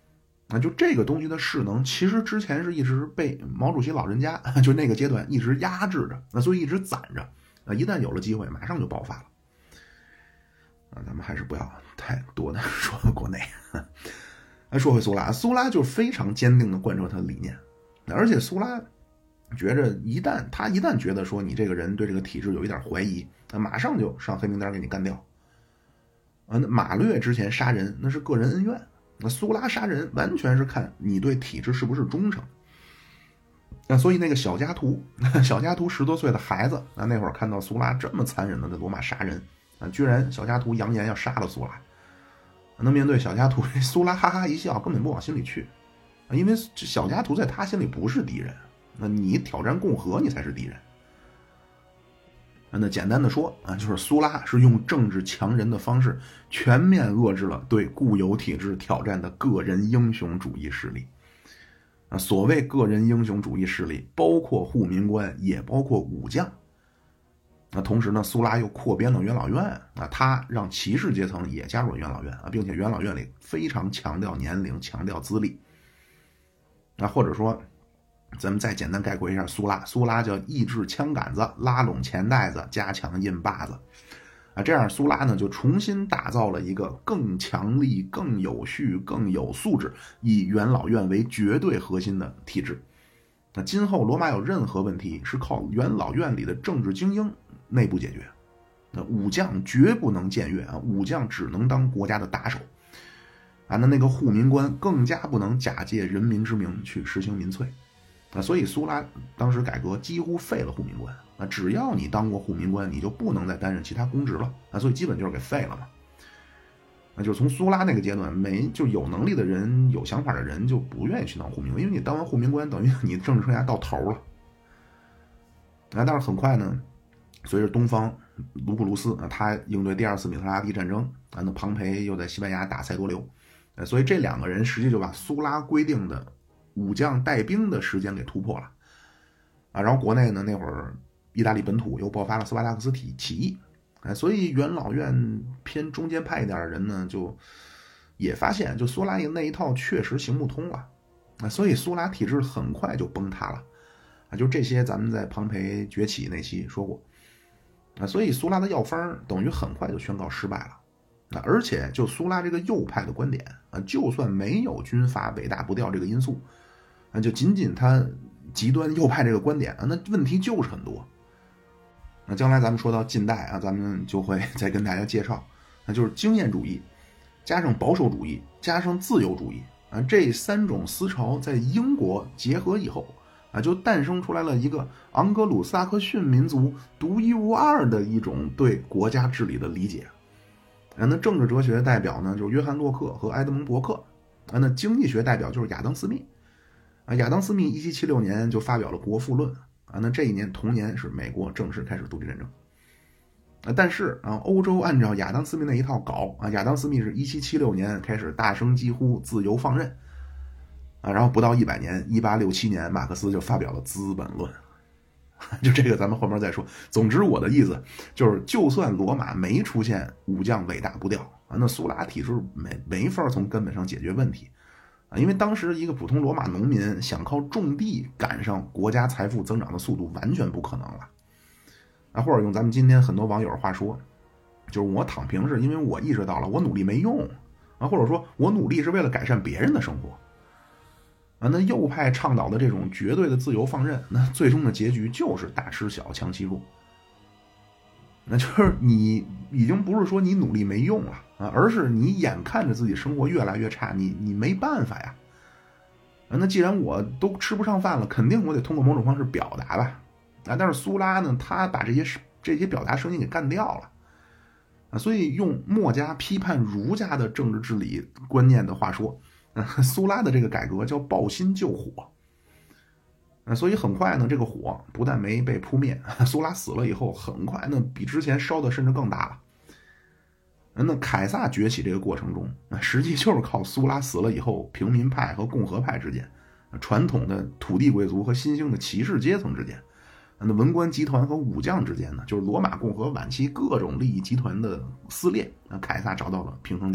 啊，就这个东西的势能，其实之前是一直被毛主席老人家就那个阶段一直压制着，那所以一直攒着，啊，一旦有了机会，马上就爆发了。啊，咱们还是不要太多的说国内。哎，说回苏拉，苏拉就非常坚定的贯彻他的理念，而且苏拉觉着一旦他一旦觉得说你这个人对这个体制有一点怀疑，那马上就上黑名单给你干掉。啊，那马略之前杀人那是个人恩怨，那苏拉杀人完全是看你对体制是不是忠诚。那所以那个小加图，小加图十多岁的孩子，那那会儿看到苏拉这么残忍的在罗马杀人，啊，居然小加图扬言要杀了苏拉。那面对小加图，苏拉哈哈一笑，根本不往心里去，啊，因为小加图在他心里不是敌人，那你挑战共和，你才是敌人。那简单的说啊，就是苏拉是用政治强人的方式，全面遏制了对固有体制挑战的个人英雄主义势力。啊，所谓个人英雄主义势力，包括护民官，也包括武将。那同时呢，苏拉又扩编了元老院啊，他让骑士阶层也加入了元老院啊，并且元老院里非常强调年龄，强调资历。啊，或者说，咱们再简单概括一下苏拉，苏拉叫抑制枪杆子，拉拢钱袋子，加强印把子。啊，这样苏拉呢就重新打造了一个更强力、更有序、更有素质，以元老院为绝对核心的体制。那今后罗马有任何问题，是靠元老院里的政治精英内部解决。那武将绝不能僭越啊，武将只能当国家的打手。啊，那那个护民官更加不能假借人民之名去实行民粹。啊，所以苏拉当时改革几乎废了护民官。啊，只要你当过护民官，你就不能再担任其他公职了。啊，所以基本就是给废了嘛。那就是从苏拉那个阶段，没就有能力的人、有想法的人就不愿意去当护民官，因为你当完护民官，等于你政治生涯到头了。啊，但是很快呢，随着东方卢普卢斯啊，他应对第二次米特拉蒂战争啊，那庞培又在西班牙打塞多留，啊，所以这两个人实际就把苏拉规定的武将带兵的时间给突破了。啊，然后国内呢，那会儿意大利本土又爆发了斯巴达克斯起起义，哎，所以元老院偏中间派一点的人呢，就也发现，就苏拉那一套确实行不通了，啊，所以苏拉体制很快就崩塌了，啊，就这些咱们在庞培崛起那期说过，啊，所以苏拉的药方等于很快就宣告失败了，啊，而且就苏拉这个右派的观点，啊，就算没有军阀尾大不掉这个因素，啊，就仅仅他极端右派这个观点啊，那问题就是很多。那将来咱们说到近代啊，咱们就会再跟大家介绍，那就是经验主义加上保守主义加上自由主义啊，这三种思潮在英国结合以后啊，就诞生出来了一个盎格鲁撒克逊民族独一无二的一种对国家治理的理解。啊，那政治哲学代表呢就是约翰洛克和埃德蒙伯克啊，那经济学代表就是亚当斯密啊，亚当斯密一七七六年就发表了《国富论》。啊，那这一年同年是美国正式开始独立战争，啊，但是啊，欧洲按照亚当斯密那一套搞啊，亚当斯密是一七七六年开始大声疾呼自由放任，啊，然后不到一百年，一八六七年马克思就发表了《资本论》，就这个咱们后面再说。总之我的意思就是，就算罗马没出现武将尾大不掉啊，那苏拉体制没没法从根本上解决问题。啊，因为当时一个普通罗马农民想靠种地赶上国家财富增长的速度完全不可能了，啊，或者用咱们今天很多网友的话说，就是我躺平是因为我意识到了我努力没用啊，或者说我努力是为了改善别人的生活啊。那右派倡导的这种绝对的自由放任，那最终的结局就是大吃小强欺弱。那就是你已经不是说你努力没用了啊，而是你眼看着自己生活越来越差，你你没办法呀。啊，那既然我都吃不上饭了，肯定我得通过某种方式表达吧。啊，但是苏拉呢，他把这些这些表达声音给干掉了。啊，所以用墨家批判儒家的政治治理观念的话说，啊，苏拉的这个改革叫抱薪救火。所以很快呢，这个火不但没被扑灭，苏拉死了以后，很快呢比之前烧的甚至更大了。那凯撒崛起这个过程中，实际就是靠苏拉死了以后，平民派和共和派之间，传统的土地贵族和新兴的骑士阶层之间，那文官集团和武将之间呢，就是罗马共和晚期各种利益集团的撕裂，凯撒找到了平衡点，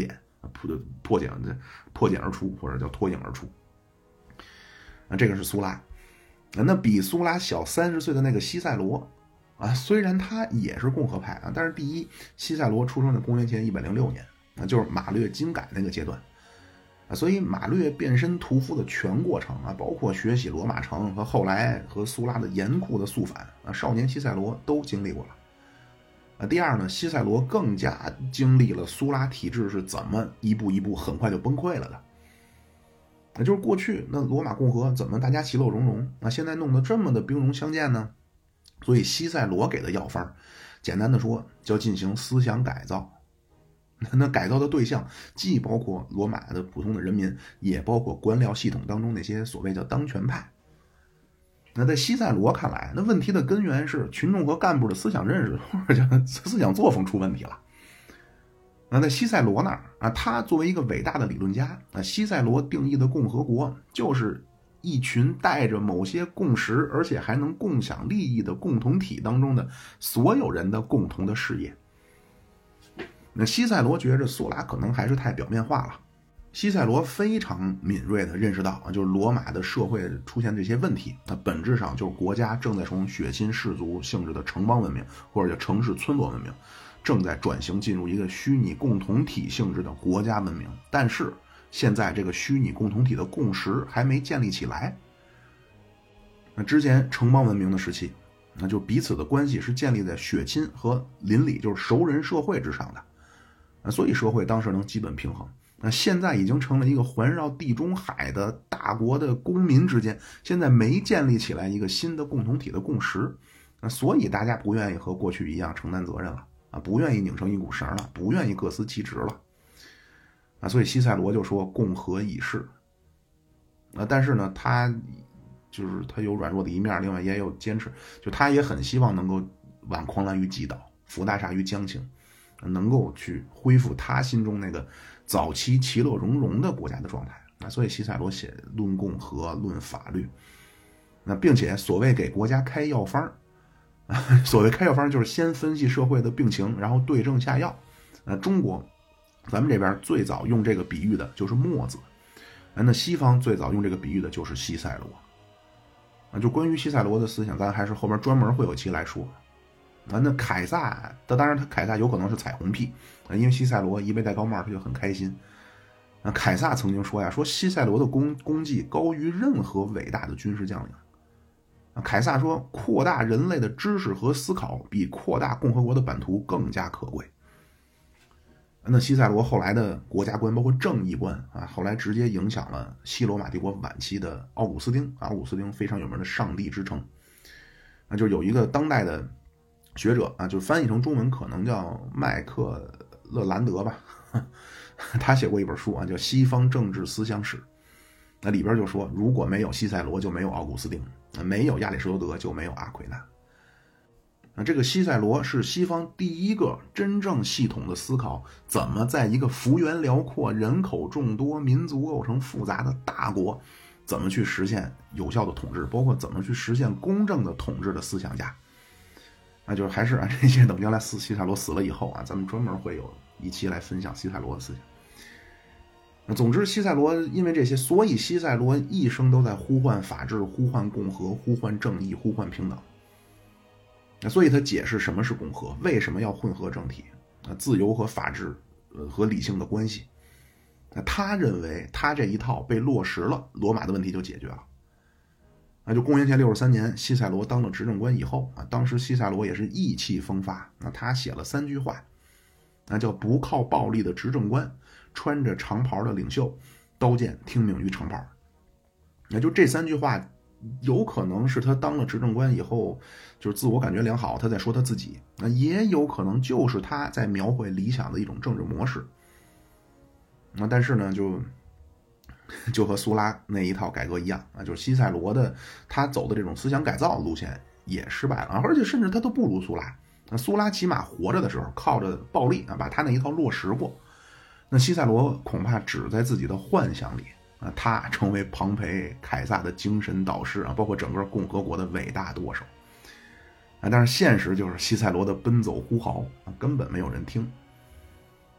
破破茧破茧而出，或者叫脱颖而出。啊，这个是苏拉。那比苏拉小三十岁的那个西塞罗啊，虽然他也是共和派啊，但是第一，西塞罗出生在公元前一百零六年，啊，就是马略精改那个阶段。啊，所以马略变身屠夫的全过程啊，包括学习罗马城和后来和苏拉的严酷的肃反啊，少年西塞罗都经历过了。啊，第二呢，西塞罗更加经历了苏拉体制是怎么一步一步很快就崩溃了的。那就是过去那罗马共和怎么大家其乐融融，那现在弄得这么的兵戎相见呢？所以西塞罗给的药方，简单的说叫进行思想改造。那改造的对象既包括罗马的普通的人民，也包括官僚系统当中那些所谓叫当权派。那在西塞罗看来，那问题的根源是群众和干部的思想认识或者叫思想作风出问题了。那在西塞罗那儿啊，他作为一个伟大的理论家，啊，西塞罗定义的共和国就是一群带着某些共识，而且还能共享利益的共同体当中的所有人的共同的事业。那西塞罗觉着苏拉可能还是太表面化了。西塞罗非常敏锐地认识到啊，就是罗马的社会出现这些问题，那本质上就是国家正在从血亲氏族性质的城邦文明，或者叫城市村落文明，正在转型进入一个虚拟共同体性质的国家文明。但是现在这个虚拟共同体的共识还没建立起来。那之前城邦文明的时期，那就彼此的关系是建立在血亲和邻里，就是熟人社会之上的。所以社会当时能基本平衡。那现在已经成了一个环绕地中海的大国的公民之间，现在没建立起来一个新的共同体的共识，那所以大家不愿意和过去一样承担责任了啊，不愿意拧成一股绳了，不愿意各司其职了啊。所以西塞罗就说共和已逝啊，但是呢，他就是他有软弱的一面，另外也有坚持，就他也很希望能够挽狂澜于既倒，扶大厦于将倾，能够去恢复他心中那个早期其乐融融的国家的状态。那所以西塞罗写论共和、论法律，那并且所谓给国家开药方，所谓开药方就是先分析社会的病情，然后对症下药。那中国咱们这边最早用这个比喻的就是墨子，那西方最早用这个比喻的就是西塞罗。就关于西塞罗的思想，咱还是后面专门会有期来说。啊，那凯撒，当然他凯撒有可能是彩虹屁，因为西塞罗一被戴高帽他就很开心。啊，凯撒曾经说呀，说西塞罗的功功绩高于任何伟大的军事将领。啊，凯撒说，扩大人类的知识和思考比扩大共和国的版图更加可贵。那西塞罗后来的国家观，包括正义观啊，后来直接影响了西罗马帝国晚期的奥古斯丁。奥古斯丁非常有名的上帝之称，那就有一个当代的学者啊，就翻译成中文可能叫麦克勒兰德吧，他写过一本书啊，叫《西方政治思想史》。那里边就说，如果没有西塞罗，就没有奥古斯丁；没有亚里士多德，就没有阿奎那。那这个西塞罗是西方第一个真正系统的思考怎么在一个幅员辽阔、人口众多、民族构成复杂的大国，怎么去实现有效的统治，包括怎么去实现公正的统治的思想家。那就是还是啊，这些等将来西塞罗死了以后啊，咱们专门会有一期来分享西塞罗的思想。那总之，西塞罗因为这些，所以西塞罗一生都在呼唤法治、呼唤共和、呼唤正义、呼唤平等。那所以他解释什么是共和，为什么要混合政体，自由和法治呃和理性的关系。那他认为他这一套被落实了，罗马的问题就解决了。那就公元前六十三年，西塞罗当了执政官以后啊，当时西塞罗也是意气风发，那他写了三句话，那叫不靠暴力的执政官，穿着长袍的领袖，刀剑听命于城堡。那就这三句话，有可能是他当了执政官以后，就是自我感觉良好，他在说他自己，那也有可能就是他在描绘理想的一种政治模式。那但是呢，就就和苏拉那一套改革一样啊，就是西塞罗的他走的这种思想改造路线也失败了，而且甚至他都不如苏拉。那苏拉起码活着的时候靠着暴力啊把他那一套落实过，那西塞罗恐怕只在自己的幻想里啊，他成为庞培、凯撒的精神导师啊，包括整个共和国的伟大舵手啊。但是现实就是西塞罗的奔走呼号啊，根本没有人听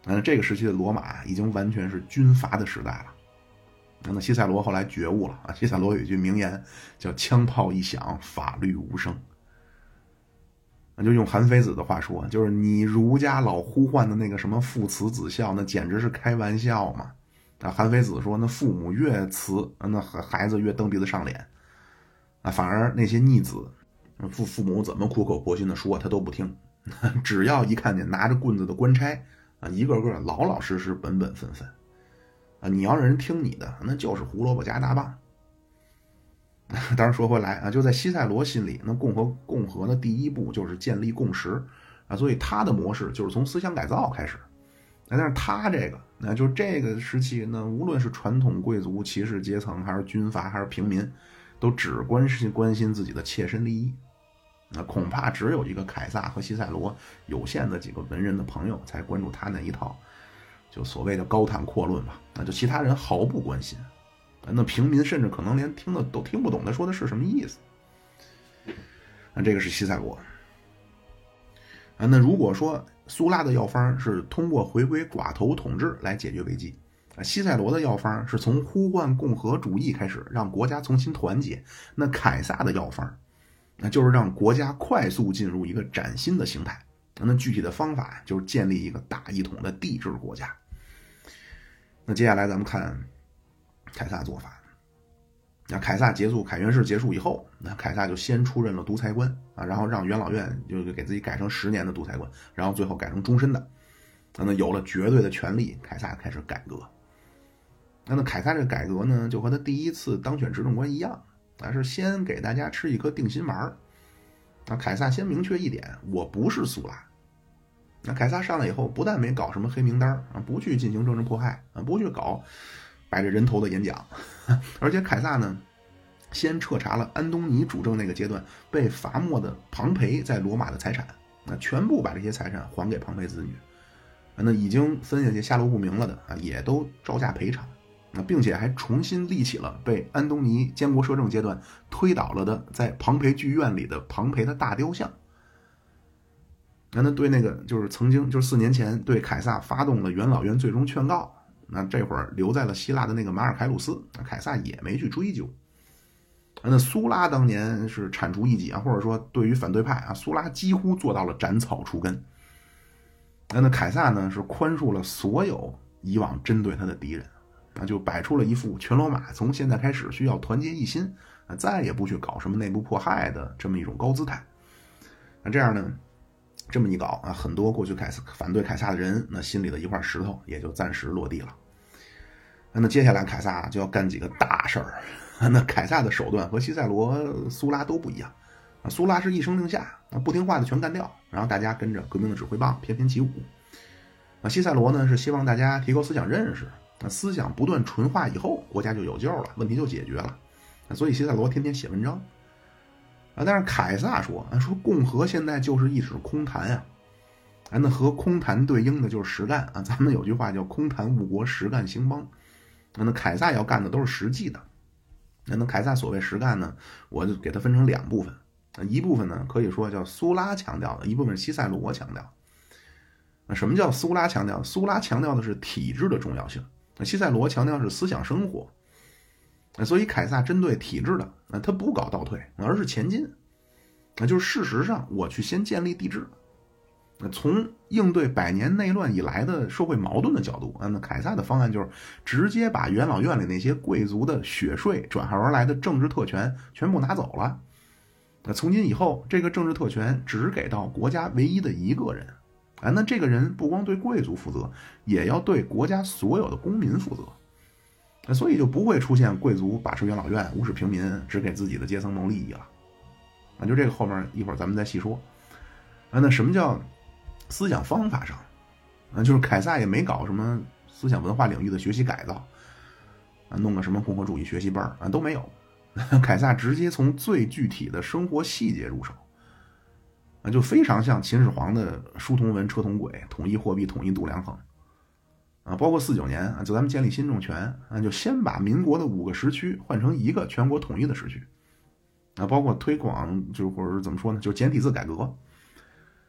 那这个时期的罗马已经完全是军阀的时代了。那西塞罗后来觉悟了啊，西塞罗有一句名言叫“枪炮一响，法律无声”。那就用韩非子的话说，就是你儒家老呼唤的那个什么父慈子孝，那简直是开玩笑嘛。啊，韩非子说，那父母越慈，那孩子越蹬鼻子上脸啊，反而那些逆子，父父母怎么苦口婆心的说他都不听，只要一看见拿着棍子的官差啊，一个个老老实实本本分分啊，你要让人听你的，那就是胡萝卜加大棒。当然说回来啊，就在西塞罗心里，那共和共和的第一步就是建立共识啊，所以他的模式就是从思想改造开始。但是他这个，那就这个时期呢，无论是传统贵族、骑士阶层，还是军阀，还是平民，都只关心关心自己的切身利益。那恐怕只有一个凯撒和西塞罗有限的几个文人的朋友才关注他那一套，就所谓的高谈阔论吧。那就其他人毫不关心。那平民甚至可能连听的都听不懂他说的是什么意思。那这个是西塞罗啊。那如果说苏拉的药方是通过回归寡头统治来解决危机啊，西塞罗的药方是从呼唤共和主义开始让国家重新团结，那凯撒的药方那就是让国家快速进入一个崭新的形态。那具体的方法就是建立一个大一统的帝制国家。那接下来咱们看凯撒做法。那凯撒结束凯元氏结束以后，那凯撒就先出任了独裁官啊，然后让元老院就给自己改成十年的独裁官，然后最后改成终身的。那有了绝对的权力，凯撒开始改革。那么凯撒这个改革呢，就和他第一次当选执政官一样啊，是先给大家吃一颗定心丸。那凯撒先明确一点，我不是苏拉。那凯撒上来以后，不但没搞什么黑名单啊，不去进行政治迫害啊，不去搞摆着人头的演讲，而且凯撒呢，先彻查了安东尼主政那个阶段被罚没的庞培在罗马的财产，那全部把这些财产还给庞培子女，那已经分下去下落不明了的啊，也都照价赔偿，并且还重新立起了被安东尼监国摄政阶段推倒了的在庞培剧院里的庞培的大雕像。那对那个就是曾经就是四年前对凯撒发动了元老院最终劝告，那这会儿留在了希腊的那个马尔凯鲁斯，凯撒也没去追究。那苏拉当年是铲除异己啊，或者说对于反对派啊，苏拉几乎做到了斩草除根。那凯撒呢是宽恕了所有以往针对他的敌人，那就摆出了一副全罗马从现在开始需要团结一心，再也不去搞什么内部迫害的这么一种高姿态。那这样呢，这么一搞啊，很多过去凯撒反对凯撒的人，那心里的一块石头也就暂时落地了。那接下来凯撒就要干几个大事儿。那凯撒的手段和西塞罗、苏拉都不一样。苏拉是一声令下，不听话的全干掉，然后大家跟着革命的指挥棒翩翩起舞。西塞罗呢是希望大家提高思想认识，思想不断纯化以后，国家就有救了，问题就解决了。所以西塞罗天天写文章。但是凯撒说，说共和现在就是一纸空谈啊，那和空谈对应的就是实干啊。咱们有句话叫空谈误国，实干兴邦。那凯撒要干的都是实际的。那凯撒所谓实干呢，我就给它分成两部分。一部分呢可以说叫苏拉强调的，一部分是西塞罗强调。那什么叫苏拉强调？苏拉强调的是体制的重要性，西塞罗强调是思想生活。所以凯撒针对体制的，他不搞倒退，而是前进。那就是事实上我去先建立帝制。从应对百年内乱以来的社会矛盾的角度，那凯撒的方案就是直接把元老院里那些贵族的血税转化而来的政治特权全部拿走了。那从今以后，这个政治特权只给到国家唯一的一个人。啊，那这个人不光对贵族负责，也要对国家所有的公民负责。所以就不会出现贵族把持元老院，无视平民，只给自己的阶层谋利益了。啊，就这个后面一会儿咱们再细说。啊，那什么叫思想方法上？啊，就是凯撒也没搞什么思想文化领域的学习改造，啊，弄个什么共和主义学习班啊都没有。凯撒直接从最具体的生活细节入手，啊，就非常像秦始皇的书同文，车同轨，统一货币，统一度量衡。啊，包括四九年啊，就咱们建立新政权啊，就先把民国的五个时区换成一个全国统一的时区，啊，包括推广就是或者是怎么说呢，就是简体字改革。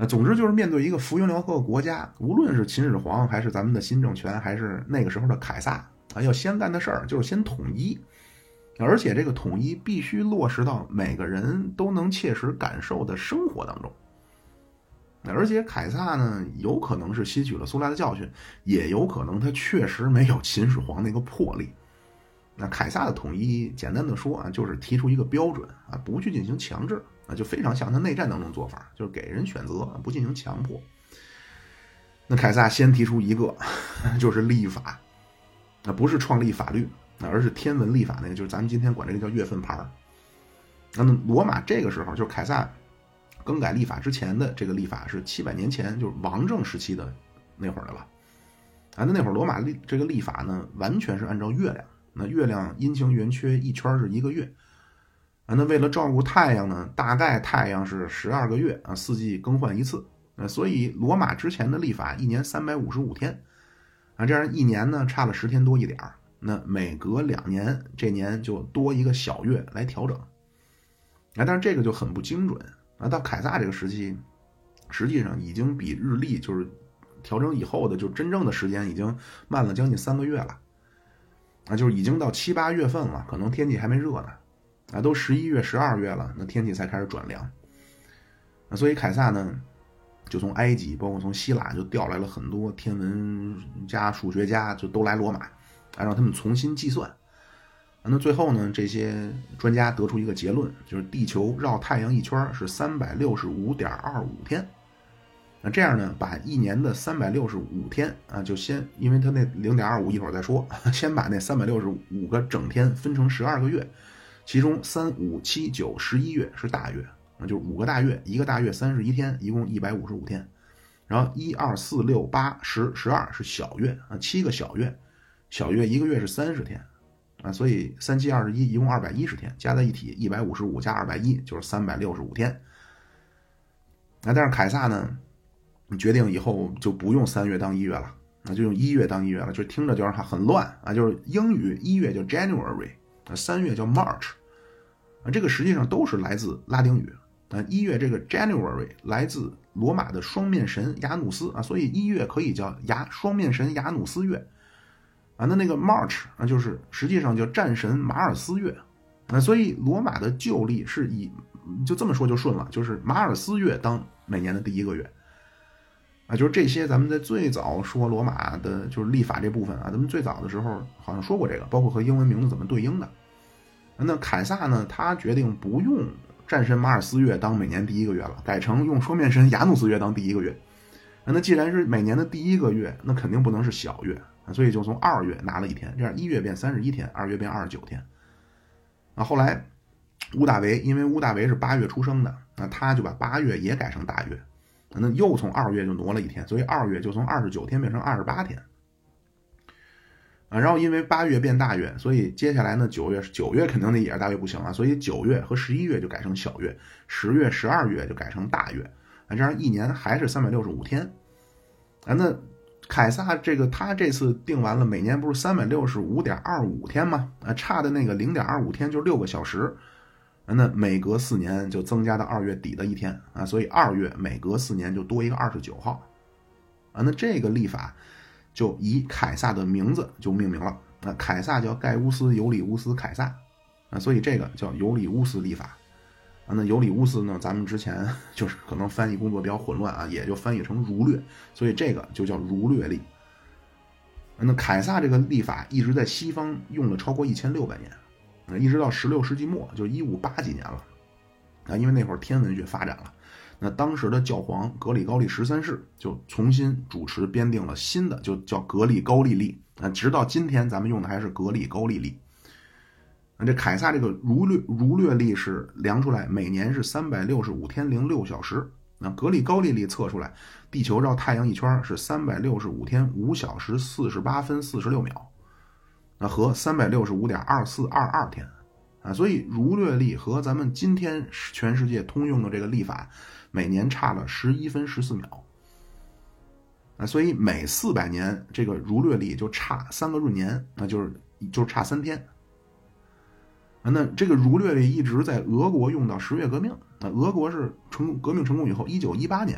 呃，总之就是面对一个幅员辽阔的国家，无论是秦始皇还是咱们的新政权，还是那个时候的凯撒啊，要先干的事儿就是先统一，而且这个统一必须落实到每个人都能切实感受的生活当中。而且凯撒呢，有可能是吸取了苏莱的教训，也有可能他确实没有秦始皇那个魄力。那凯撒的统一，简单的说啊，就是提出一个标准啊，不去进行强制啊，就非常像他内战当中做法，就是给人选择，不进行强迫。那凯撒先提出一个，就是历法，啊，不是创立法律，而是天文历法那个，就是咱们今天管这个叫月份牌。那么罗马这个时候，就是凯撒更改历法之前的这个历法是七百年前，就是王政时期的那会儿的了。啊，那那会儿罗马历这个历法呢，完全是按照月亮。那月亮阴晴圆缺一圈是一个月啊，那为了照顾太阳呢，大概太阳是十二个月啊，四季更换一次啊，所以罗马之前的历法一年三百五十五天啊，这样一年呢差了十天多一点，那每隔两年这年就多一个小月来调整啊，但是这个就很不精准啊，到凯撒这个时期，实际上已经比日历就是调整以后的就真正的时间已经慢了将近三个月了。啊，就是已经到七八月份了，可能天气还没热呢，啊，都十一月、十二月了，那天气才开始转凉。啊，所以凯撒呢，就从埃及，包括从希腊，就调来了很多天文家、数学家，就都来罗马，啊，让他们重新计算。啊，那最后呢，这些专家得出一个结论，就是地球绕太阳一圈是三百六十五点二五天。那这样呢，把一年的三百六十五天啊，就先，因为它那 零点二五 一会儿再说，先把那三百六十五个整天分成十二个月，其中三五七九十一月是大月，那就是五个大月，一个大月三十一天，一共一百五十五天。然后一二四六八十十二是小月啊，七个小月，小月一个月是三十天啊，所以三七二十一，一共二百一十天，加在一起一百五十五加二百一就是三百六十五天。啊，但是凯撒呢，决定以后就不用三月当一月了，那就用一月当一月了，就听着就是很乱啊。就是英语一月叫 January， 三月叫 March， 啊，这个实际上都是来自拉丁语啊。一月这个 January 来自罗马的双面神雅努斯啊，所以一月可以叫雅双面神雅努斯月啊。那那个 March 啊，就是实际上叫战神马尔斯月啊。所以罗马的旧历是以就这么说就顺了，就是马尔斯月当每年的第一个月。啊，就是这些，咱们在最早说罗马的就是历法这部分啊，咱们最早的时候好像说过这个，包括和英文名字怎么对应的。那凯撒呢，他决定不用战神马尔斯月当每年第一个月了，改成用双面神雅努斯月当第一个月。那既然是每年的第一个月，那肯定不能是小月，所以就从二月拿了一天，这样一月变三十一天，二月变二十九天。啊，后来屋大维，因为屋大维是八月出生的，那他就把八月也改成大月。那又从二月就挪了一天，所以二月就从二十九天变成二十八天啊。然后因为八月变大月，所以接下来呢九月九月肯定那也是大月不行啊，所以九月和十一月就改成小月，十月十二月就改成大月啊，这样一年还是三百六十五天啊。那凯撒这个他这次定完了，每年不是三百六十五点二五天吗？啊，差的那个零点二五天就六个小时。那每隔四年就增加到二月底的一天啊，所以二月每隔四年就多一个二十九号啊。那这个历法就以凯撒的名字就命名了啊，凯撒叫盖乌斯尤里乌斯凯撒啊，所以这个叫尤里乌斯历法啊。那尤里乌斯呢，咱们之前就是可能翻译工作比较混乱啊，也就翻译成儒略，所以这个就叫儒略历。那凯撒这个历法一直在西方用了超过一千六百年。一直到十六世纪末，就一五八几年了啊，因为那会儿天文学发展了，那当时的教皇格里高利十三世就重新主持编定了新的，就叫格里高利历啊，直到今天咱们用的还是格里高利历。那这凯撒这个儒略儒略历是量出来每年是三百六十五天零六小时，那格里高利历测出来地球绕太阳一圈是三百六十五天五小时四十八分四十六秒。那和三百六十五点二四二二天啊，所以儒略历和咱们今天全世界通用的这个历法每年差了十一分十四秒啊，所以每四百年这个儒略历就差三个闰年，那就是就差三天啊。那这个儒略历一直在俄国用到十月革命啊，俄国是成革命成功以后一九一八年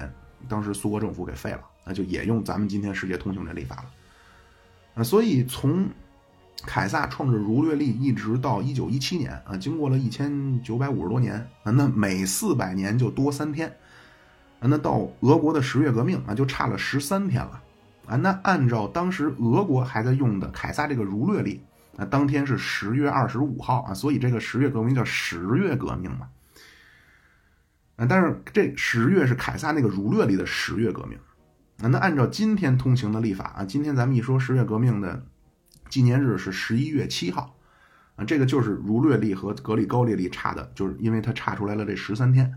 当时苏俄政府给废了，那就也用咱们今天世界通行这历法了。啊，所以从凯撒创制儒略历一直到一九一七年啊，经过了一千九百五十多年啊，那每四百年就多三天啊，那到俄国的十月革命啊，就差了十三天了啊。那按照当时俄国还在用的凯撒这个儒略历啊，当天是十月二十五号啊，所以这个十月革命叫十月革命嘛。啊，但是这十月是凯撒那个儒略历的十月革命啊。那按照今天通行的历法啊，今天咱们一说十月革命的纪念日是十一月七号啊，这个就是儒略历和格里高利历差的，就是因为它差出来了这十三天。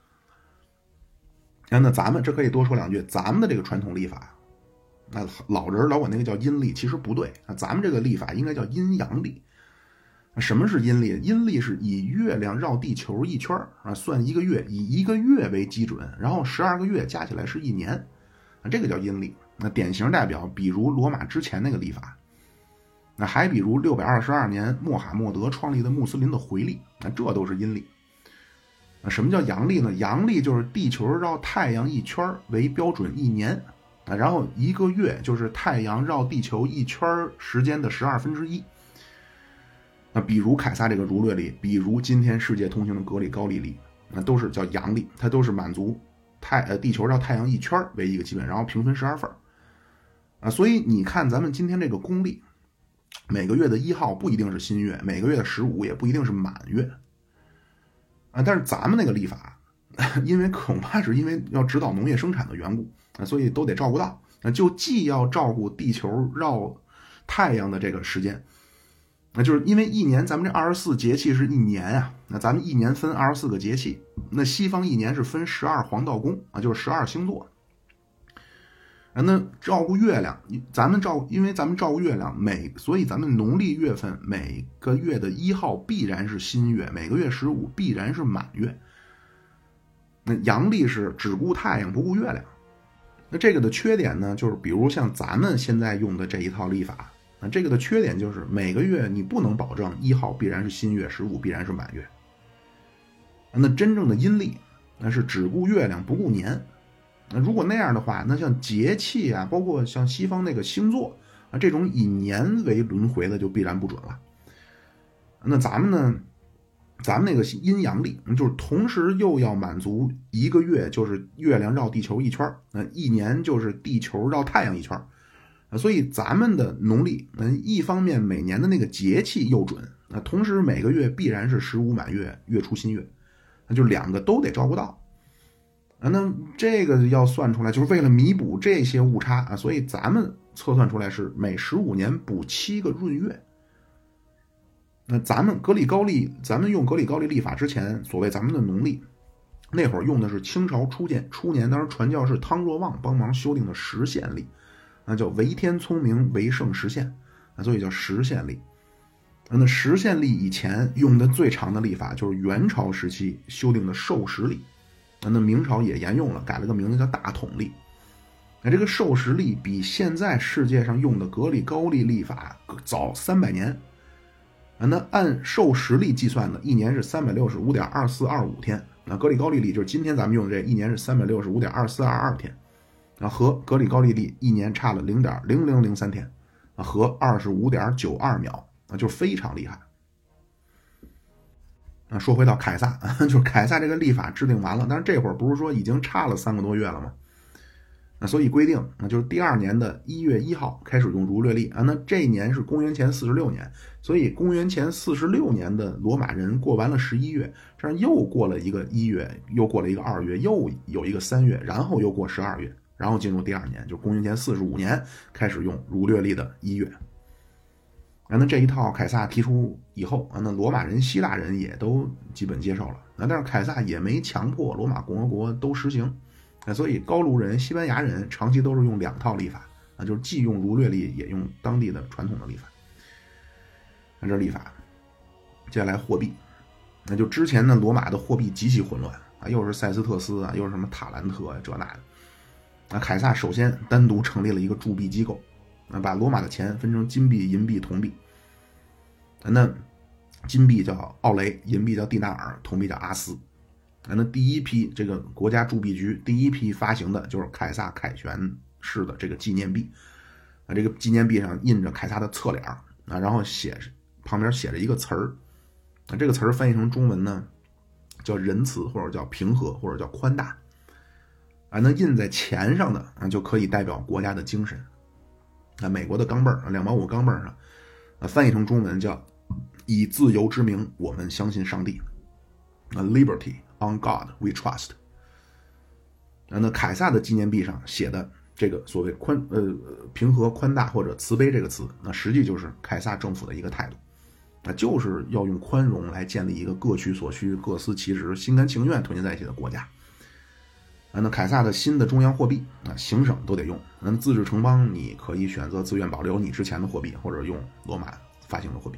啊，那咱们这可以多说两句，咱们的这个传统历法，那老人老管那个叫阴历，其实不对啊，咱们这个历法应该叫阴阳历。什么是阴历？阴历是以月亮绕地球一圈啊，算一个月，以一个月为基准，然后十二个月加起来是一年啊，这个叫阴历。那典型代表比如罗马之前那个历法，那还比如六百二十二年穆罕默德创立的穆斯林的回历，那这都是阴历。那什么叫阳历呢？阳历就是地球绕太阳一圈为标准一年啊，然后一个月就是太阳绕地球一圈时间的十二分之一。那比如凯撒这个儒略历，比如今天世界通行的格里高利历，那都是叫阳历，它都是满足太呃地球绕太阳一圈为一个基本，然后平分十二份啊。所以你看咱们今天这个公历，每个月的一号不一定是新月，每个月的十五也不一定是满月啊。但是咱们那个历法，因为恐怕是因为要指导农业生产的缘故啊，所以都得照顾到，那就既要照顾地球绕太阳的这个时间。那就是因为一年咱们这二十四节气是一年啊，那咱们一年分二十四个节气，那西方一年是分十二黄道宫啊，就是十二星座。啊，那照顾月亮，咱们照因为咱们照顾月亮，每所以咱们农历月份每个月的一号必然是新月，每个月十五必然是满月。那阳历是只顾太阳不顾月亮。那这个的缺点呢，就是比如像咱们现在用的这一套历法。那这个的缺点就是每个月你不能保证一号必然是新月，十五必然是满月。那真正的阴历那是只顾月亮不顾年。那如果那样的话，那像节气啊，包括像西方那个星座啊，这种以年为轮回的就必然不准了。那咱们呢，咱们那个阴阳历就是同时又要满足一个月就是月亮绕地球一圈，那一年就是地球绕太阳一圈。所以咱们的农历，一方面每年的那个节气又准，同时每个月必然是十五满月，月出新月，就两个都得照顾到。那这个要算出来，就是为了弥补这些误差啊，所以咱们测算出来是每十五年补七个闰月。那咱们格里高利，咱们用格里高利历法之前，所谓咱们的农历，那会儿用的是清朝初建初年，当时传教士汤若望帮忙修订的实宪历。那叫为天聪明，为圣实宪，所以叫实宪历。那实宪历以前用的最长的历法就是元朝时期修订的授时历，那明朝也沿用了，改了个名字叫大统历。那这个授时历比现在世界上用的格里高利历法早三百年。那按授时历计算的，一年是 三百六十五点二四二五 天。那格里高利历就是今天咱们用的这一年是 三百六十五点二四二二 天。和格里高利历一年差了 零点零零零三 天，和 二十五点九二秒，就非常厉害。说回到凯撒，就是凯撒这个历法制定完了，但是这会儿不是说已经差了三个多月了吗？那所以规定，那就是第二年的一月一号开始用儒略历啊。那这一年是公元前四十六年，所以公元前四十六年的罗马人过完了十一月，这样又过了一个一月，又过了一个二月，又有一个三月，然后又过十二月。然后进入第二年，就公元前四十五年开始用儒略历的一月。那这一套凯撒提出以后，那罗马人、希腊人也都基本接受了。但是凯撒也没强迫罗马共和国都实行，所以高卢人、西班牙人长期都是用两套历法，就是既用儒略历，也用当地的传统的历法。那这历法，接下来货币，那就之前呢，罗马的货币极其混乱啊，又是塞斯特斯啊，又是什么塔兰特啊，这那的。那凯撒首先单独成立了一个铸币机构，把罗马的钱分成金币、银币、铜币。那金币叫奥雷，银币叫蒂纳尔，铜币叫阿斯。 那第一批这个国家铸币局第一批发行的就是凯撒凯旋式的这个纪念币啊，这个纪念币上印着凯撒的侧脸啊，然后写旁边写着一个词儿啊，这个词儿翻译成中文呢叫仁慈，或者叫平和，或者叫宽大啊。那印在钱上的啊，就可以代表国家的精神啊。美国的钢镚儿，两毛五钢镚儿上啊，翻译成中文叫以自由之名，我们相信上帝啊 ，Liberty on God we trust。啊，那凯撒的纪念币上写的这个所谓宽呃平和、宽大或者慈悲这个词，那实际就是凯撒政府的一个态度。啊，就是要用宽容来建立一个各取所需、各司其职、心甘情愿团结在一起的国家。啊，那凯撒的新的中央货币啊，行省都得用。那自治城邦你可以选择自愿保留你之前的货币，或者用罗马发行的货币。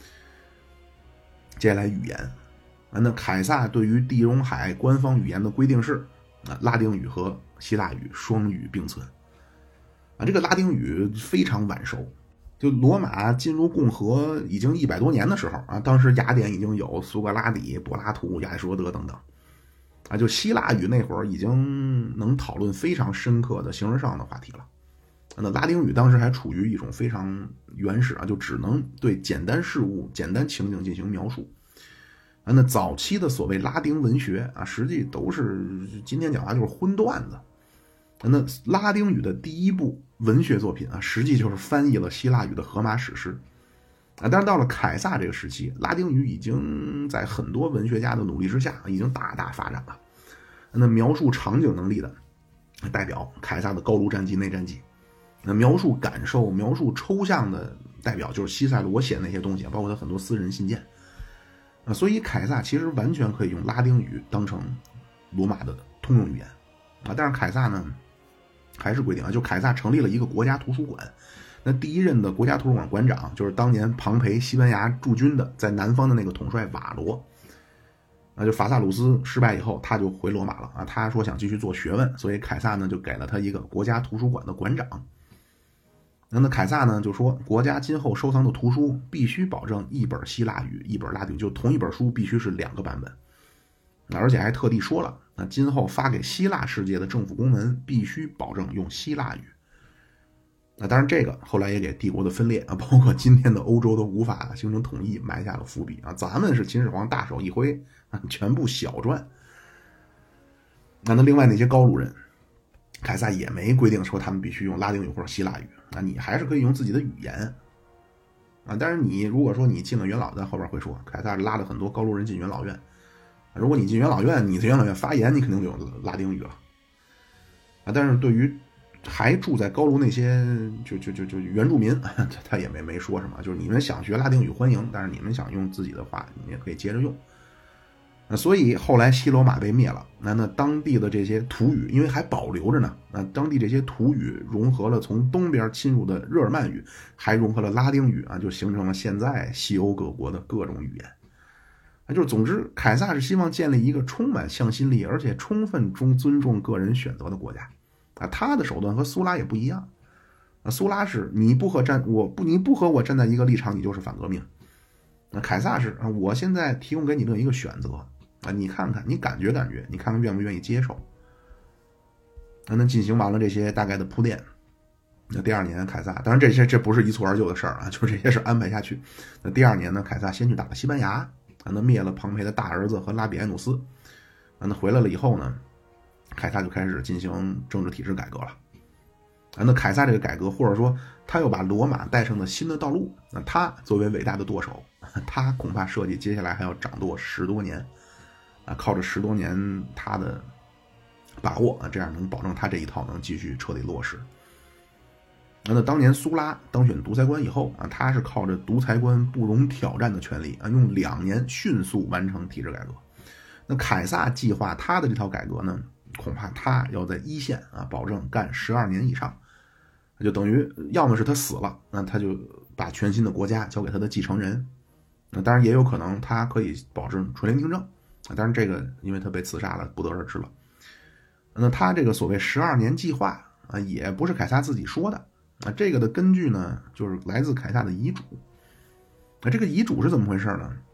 接下来语言啊，那凯撒对于地中海官方语言的规定是啊，拉丁语和希腊语双语并存。啊，这个拉丁语非常晚熟。就罗马进入共和已经一百多年的时候啊，当时雅典已经有苏格拉底、柏拉图、亚里士多德等等啊，就希腊语那会儿已经能讨论非常深刻的形而上的话题了。那拉丁语当时还处于一种非常原始啊，就只能对简单事物、简单情景进行描述啊。那早期的所谓拉丁文学啊，实际都是今天讲话就是荤段子。那拉丁语的第一部文学作品啊，实际就是翻译了希腊语的荷马史诗啊。但是到了凯撒这个时期，拉丁语已经在很多文学家的努力之下，已经大大发展了。那描述场景能力的代表凯撒的高卢战记、内战记，那描述感受、描述抽象的代表就是西塞罗写的那些东西，包括他很多私人信件啊。所以凯撒其实完全可以用拉丁语当成罗马的通用语言啊。但是凯撒呢，还是规定啊，就凯撒成立了一个国家图书馆。那第一任的国家图书馆馆长就是当年庞培西班牙驻军的在南方的那个统帅瓦罗。那就法萨鲁斯失败以后，他就回罗马了啊。他说想继续做学问，所以凯撒呢就给了他一个国家图书馆的馆长。那那凯撒呢就说，国家今后收藏的图书必须保证一本希腊语，一本拉丁语，就同一本书必须是两个版本。而且还特地说了，那今后发给希腊世界的政府公文必须保证用希腊语。那当然这个后来也给帝国的分裂啊，包括今天的欧洲都无法形成统一埋下了伏笔啊。咱们是秦始皇大手一挥啊，全部小篆。那那另外那些高卢人，凯撒也没规定说他们必须用拉丁语或者希腊语啊，你还是可以用自己的语言啊。但是你如果说你进了元老，在后边会说，凯撒拉了很多高卢人进元老院。如果你进元老院，你在元老院发言，你肯定就有拉丁语了啊。但是对于还住在高卢那些就就就就原住民，他也没没说什么，就是你们想学拉丁语欢迎，但是你们想用自己的话，你们也可以接着用。那所以后来西罗马被灭了，那那当地的这些土语，因为还保留着呢，那当地这些土语融合了从东边侵入的日耳曼语，还融合了拉丁语啊，就形成了现在西欧各国的各种语言。就是总之，凯撒是希望建立一个充满向心力而且充分中尊重个人选择的国家啊。他的手段和苏拉也不一样啊。苏拉是你不和站我不你不和我站在一个立场，你就是反革命。那凯撒是啊，我现在提供给你的一个选择啊，你看看，你感觉感觉，你看看愿不愿意接受。那那进行完了这些大概的铺垫，那第二年凯撒，当然这些这不是一蹴而就的事儿啊，就是这些是安排下去。那第二年呢，凯撒先去打了西班牙。啊，那灭了庞培的大儿子和拉比埃努斯，啊，那回来了以后呢，凯撒就开始进行政治体制改革了。啊，那凯撒这个改革，或者说他又把罗马带上了新的道路，那他作为伟大的舵手，他恐怕设计接下来还要掌舵十多年，啊，靠着十多年他的把握啊，这样能保证他这一套能继续彻底落实。那当年苏拉当选独裁官以后啊，他是靠着独裁官不容挑战的权利啊，用两年迅速完成体制改革。那凯撒计划他的这套改革呢，恐怕他要在一线啊，保证干十二年以上，就等于要么是他死了，那他就把全新的国家交给他的继承人。那当然也有可能他可以保证纯联听政，当然这个因为他被刺杀了，不得而知了。那他这个所谓十二年计划啊，也不是凯撒自己说的。啊，这个的根据呢，就是来自凯撒的遗嘱。那这个遗嘱是怎么回事呢？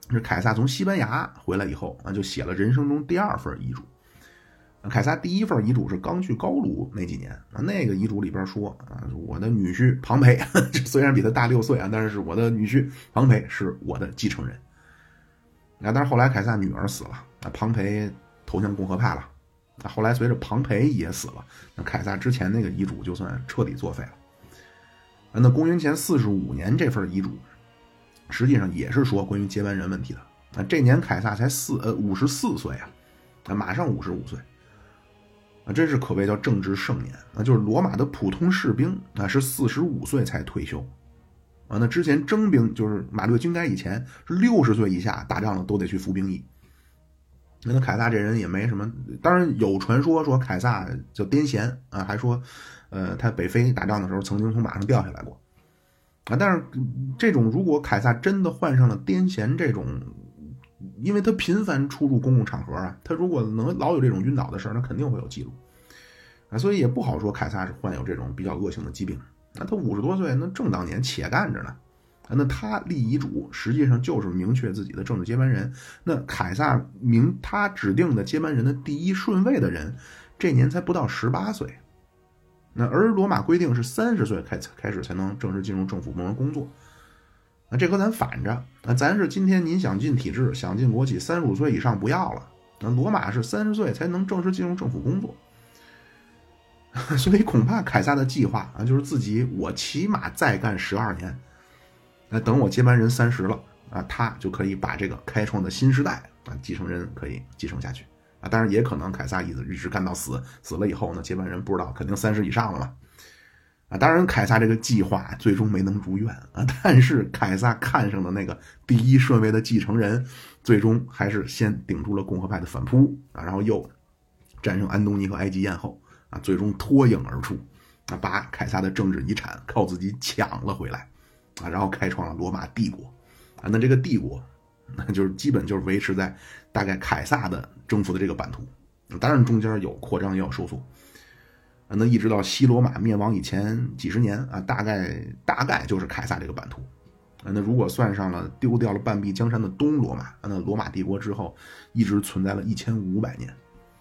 是凯撒从西班牙回来以后啊，就写了人生中第二份遗嘱。凯撒第一份遗嘱是刚去高卢那几年啊，那个遗嘱里边说啊，我的女婿庞培虽然比他大六岁啊，但是我的女婿庞培是我的继承人。啊，但是后来凯撒女儿死了，啊，庞培投向共和派了。啊，后来随着庞培也死了，那凯撒之前那个遗嘱就算彻底作废了。啊，那公元前四十五年这份遗嘱，实际上也是说关于接班人问题的。啊，这年凯撒才四呃五十四岁啊，啊，马上五十五岁。啊，真是可谓叫正值盛年啊！就是罗马的普通士兵啊，是四十五岁才退休啊。那之前征兵就是马略军改以前是六十岁以下打仗了都得去服兵役。那凯撒这人也没什么，当然有传说说凯撒叫癫痫啊，还说，呃，他北非打仗的时候曾经从马上掉下来过啊。但是这种如果凯撒真的患上了癫痫这种，因为他频繁出入公共场合啊，他如果能老有这种晕倒的事儿，那肯定会有记录啊，所以也不好说凯撒是患有这种比较恶性的疾病。那他五十多岁，那正当年且干着呢。那他立遗嘱实际上就是明确自己的政治接班人。那凯撒明他指定的接班人的第一顺位的人，这年才不到十八岁。那而罗马规定是三十岁开开始才能正式进入政府部门工作。那这和咱反着，那咱是今天您想进体制想进国企三十五岁以上不要了，那罗马是三十岁才能正式进入政府工作。所以恐怕凯撒的计划啊，就是自己我起码再干十二年，那等我接班人三十了啊，他就可以把这个开创的新时代啊继承人可以继承下去啊。当然也可能凯撒一直一直干到死，死了以后呢，接班人不知道肯定三十以上了嘛。啊，当然凯撒这个计划最终没能如愿啊，但是凯撒看上的那个第一顺位的继承人，最终还是先顶住了共和派的反扑啊，然后又战胜安东尼和埃及艳后啊，最终脱颖而出啊，把凯撒的政治遗产靠自己抢了回来啊，然后开创了罗马帝国啊。那这个帝国那就是基本就是维持在大概凯撒的征服的这个版图，当然中间有扩张也有收缩。那一直到西罗马灭亡以前几十年啊，大概大概就是凯撒这个版图。那如果算上了丢掉了半壁江山的东罗马，那罗马帝国之后一直存在了一千五百年。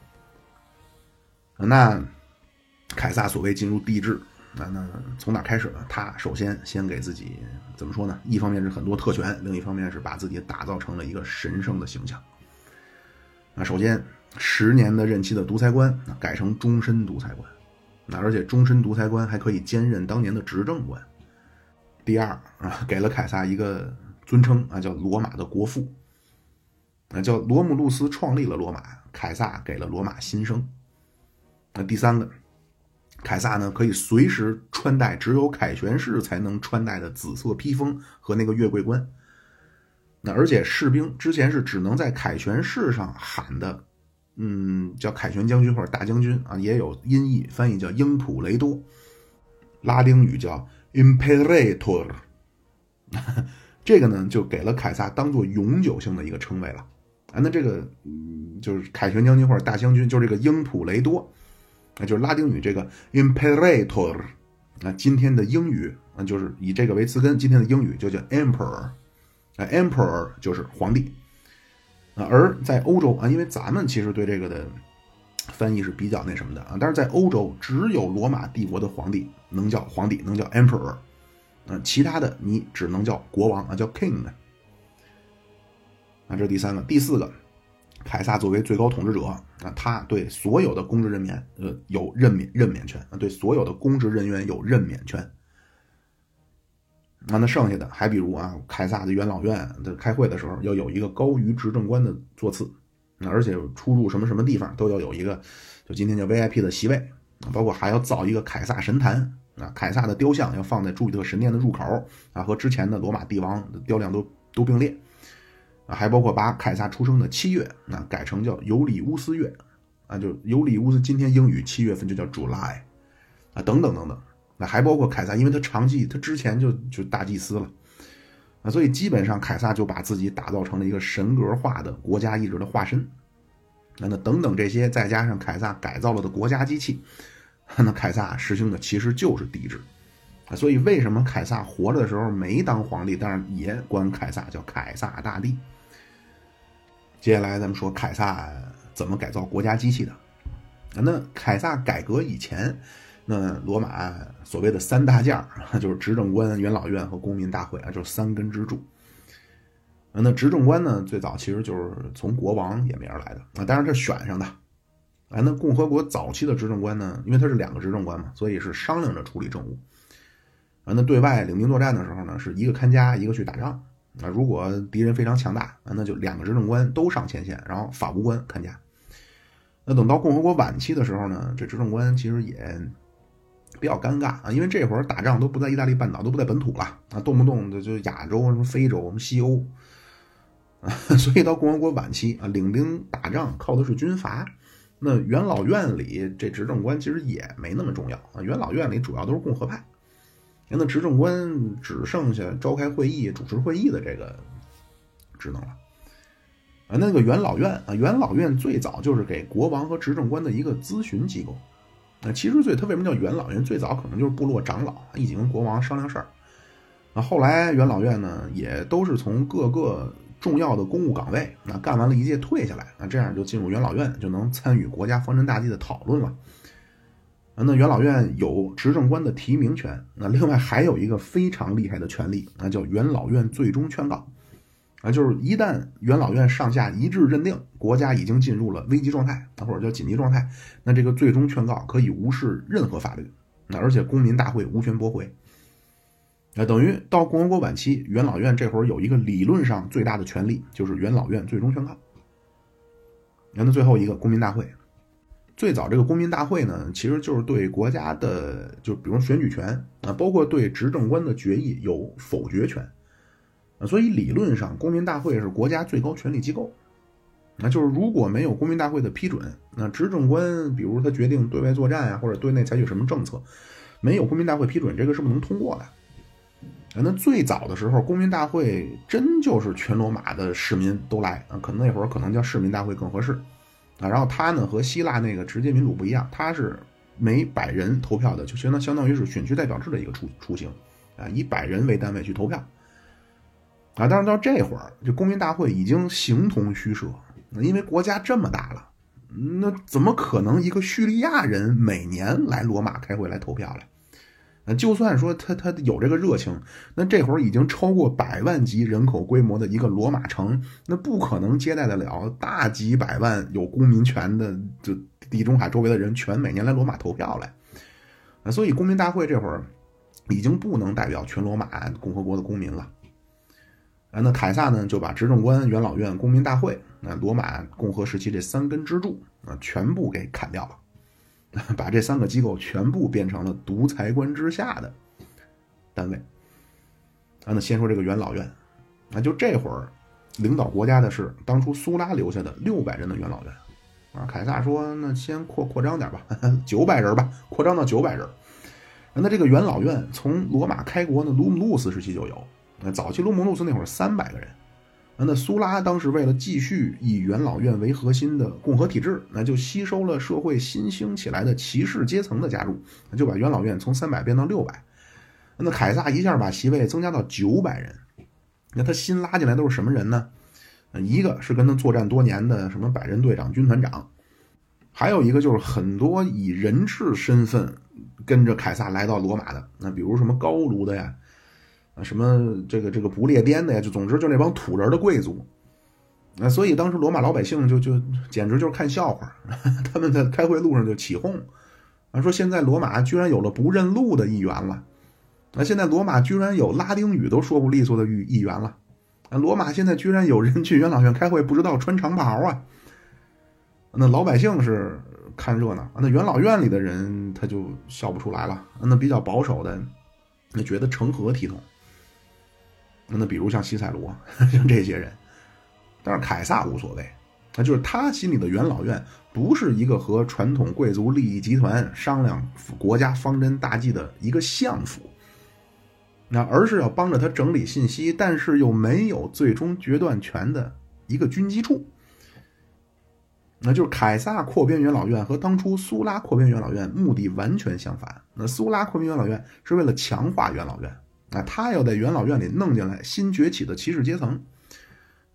那凯撒所谓进入帝制，那那从哪开始呢？他首先先给自己怎么说呢？一方面是很多特权，另一方面是把自己打造成了一个神圣的形象。那首先十年的任期的独裁官改成终身独裁官。那而且终身独裁官还可以兼任当年的执政官。第二啊，给了凯撒一个尊称啊，叫罗马的国父，啊，叫罗姆路斯创立了罗马，凯撒给了罗马新生。那第三个，凯撒呢可以随时穿戴只有凯旋士才能穿戴的紫色披风和那个月桂冠。那而且士兵之前是只能在凯旋士上喊的。嗯，叫凯旋将军或者大将军啊，也有音译翻译叫英普雷多，拉丁语叫 Imperator。这个呢，就给了凯撒当做永久性的一个称谓了啊。那这个嗯，就是凯旋将军或者大将军，就是这个英普雷多，啊，就是拉丁语这个 Imperator。啊，今天的英语啊，就是以这个为词根，今天的英语就叫 Emperor。啊 ，Emperor 就是皇帝。而在欧洲啊，因为咱们其实对这个的翻译是比较那什么的啊，但是在欧洲只有罗马帝国的皇帝能叫皇帝，能叫 emperor， 啊，其他的你只能叫国王啊，叫 king 啊。这是第三个，第四个，凯撒作为最高统治者啊，他对所有的公职人员呃有任免任免权啊，对所有的公职人员有任免权。那那剩下的还比如啊，凯撒的元老院的开会的时候要有一个高于执政官的座次，而且出入什么什么地方都要有一个，就今天叫 V I P 的席位，包括还要造一个凯撒神坛啊，凯撒的雕像要放在朱比特神殿的入口啊，和之前的罗马帝王的雕像都都并列啊，还包括把凯撒出生的七月啊改成叫尤里乌斯月啊，就尤里乌斯今天英语七月份就叫 July 啊，等等等等。那还包括凯撒，因为他长期他之前就就大祭司了啊，所以基本上凯撒就把自己打造成了一个神格化的国家意志的化身。那那等等这些，再加上凯撒改造了的国家机器，那凯撒实行的其实就是帝制啊。所以为什么凯撒活着的时候没当皇帝，但是也管凯撒叫凯撒大帝接下来咱们说凯撒怎么改造国家机器的。那凯撒改革以前，那罗马所谓的三大件就是执政官、元老院和公民大会啊，就是三根支柱。那执政官呢，最早其实就是从国王演变而来的啊，当然这选上的。啊，那共和国早期的执政官呢，因为他是两个执政官嘛，所以是商量着处理政务。啊，那对外领兵作战的时候呢，是一个看家，一个去打仗。啊，如果敌人非常强大，啊，那就两个执政官都上前线，然后法务官看家。那等到共和国晚期的时候呢，这执政官其实也比较尴尬啊，因为这会儿打仗都不在意大利半岛，都不在本土了啊，动不动的就亚洲、什么非洲、什么西欧啊，所以到共和国晚期啊，领兵打仗靠的是军阀。那元老院里这执政官其实也没那么重要啊，元老院里主要都是共和派。那执政官只剩下召开会议、主持会议的这个职能了。啊，那个元老院啊，元老院最早就是给国王和执政官的一个咨询机构。那其实最它为什么叫元老院？最早可能就是部落长老一起跟国王商量事儿。那后来元老院呢，也都是从各个重要的公务岗位，那干完了一届退下来，那这样就进入元老院，就能参与国家方针大计的讨论了。那元老院有执政官的提名权，那另外还有一个非常厉害的权利，那叫元老院最终劝告。啊，就是一旦元老院上下一致认定国家已经进入了危机状态，或者叫紧急状态，那这个最终劝告可以无视任何法律，那而且公民大会无权驳回。那等于到共和国晚期，元老院这会儿有一个理论上最大的权利，就是元老院最终宣告。那最后一个公民大会，最早这个公民大会呢，其实就是对国家的，就比如选举权啊，包括对执政官的决议有否决权啊，所以理论上公民大会是国家最高权力机构。那就是如果没有公民大会的批准，那执政官比如他决定对外作战啊，或者对内采取什么政策，没有公民大会批准，这个是不能通过的。那最早的时候，公民大会真就是全罗马的市民都来啊，可能那会儿可能叫市民大会更合适啊。然后他呢和希腊那个直接民主不一样，他是每百人投票的，就相当相当于是选区代表制的一个雏雏形啊，以百人为单位去投票啊。但是到这会儿，这公民大会已经形同虚设，因为国家这么大了，那怎么可能一个叙利亚人每年来罗马开会来投票来？就算说他他有这个热情，那这会儿已经超过百万级人口规模的一个罗马城，那不可能接待得了大几百万有公民权的就地中海周围的人全每年来罗马投票来。所以公民大会这会儿已经不能代表全罗马共和国的公民了。那凯撒呢就把执政官、元老院、公民大会，那罗马共和时期这三根支柱啊全部给砍掉了。把这三个机构全部变成了独裁官之下的单位。啊，那先说这个元老院，那就这会儿领导国家的是当初苏拉留下的六百人的元老院。啊，凯撒说那先扩扩张点吧，九百人吧，扩张到九百人。那这个元老院从罗马开国呢，卢姆路斯时期就有。那早期卢姆路斯那会儿三百个人。那苏拉当时为了继续以元老院为核心的共和体制，那就吸收了社会新兴起来的骑士阶层的加入，就把元老院从三百变到六百。那凯撒一下把席位增加到九百人。那他新拉进来都是什么人呢？一个是跟他作战多年的什么百人队长、军团长，还有一个就是很多以人质身份跟着凯撒来到罗马的，那比如什么高卢的呀。啊，什么这个这个不列颠的呀，就总之就那帮土人的贵族，啊，所以当时罗马老百姓就就简直就是看笑话，他们在开会路上就起哄，啊，说现在罗马居然有了不认路的议员了，啊，现在罗马居然有拉丁语都说不利索的议员了，啊，罗马现在居然有人去元老院开会不知道穿长袍啊，那老百姓是看热闹，那元老院里的人他就笑不出来了，那比较保守的那觉得成何体统。那比如像西塞罗像这些人，但是凯撒无所谓，那就是他心里的元老院不是一个和传统贵族利益集团商量国家方针大计的一个相府，那而是要帮着他整理信息，但是又没有最终决断权的一个军机处。那就是凯撒扩编元老院和当初苏拉扩编元老院目的完全相反。那苏拉扩编元老院是为了强化元老院，那他要在元老院里弄进来新崛起的骑士阶层，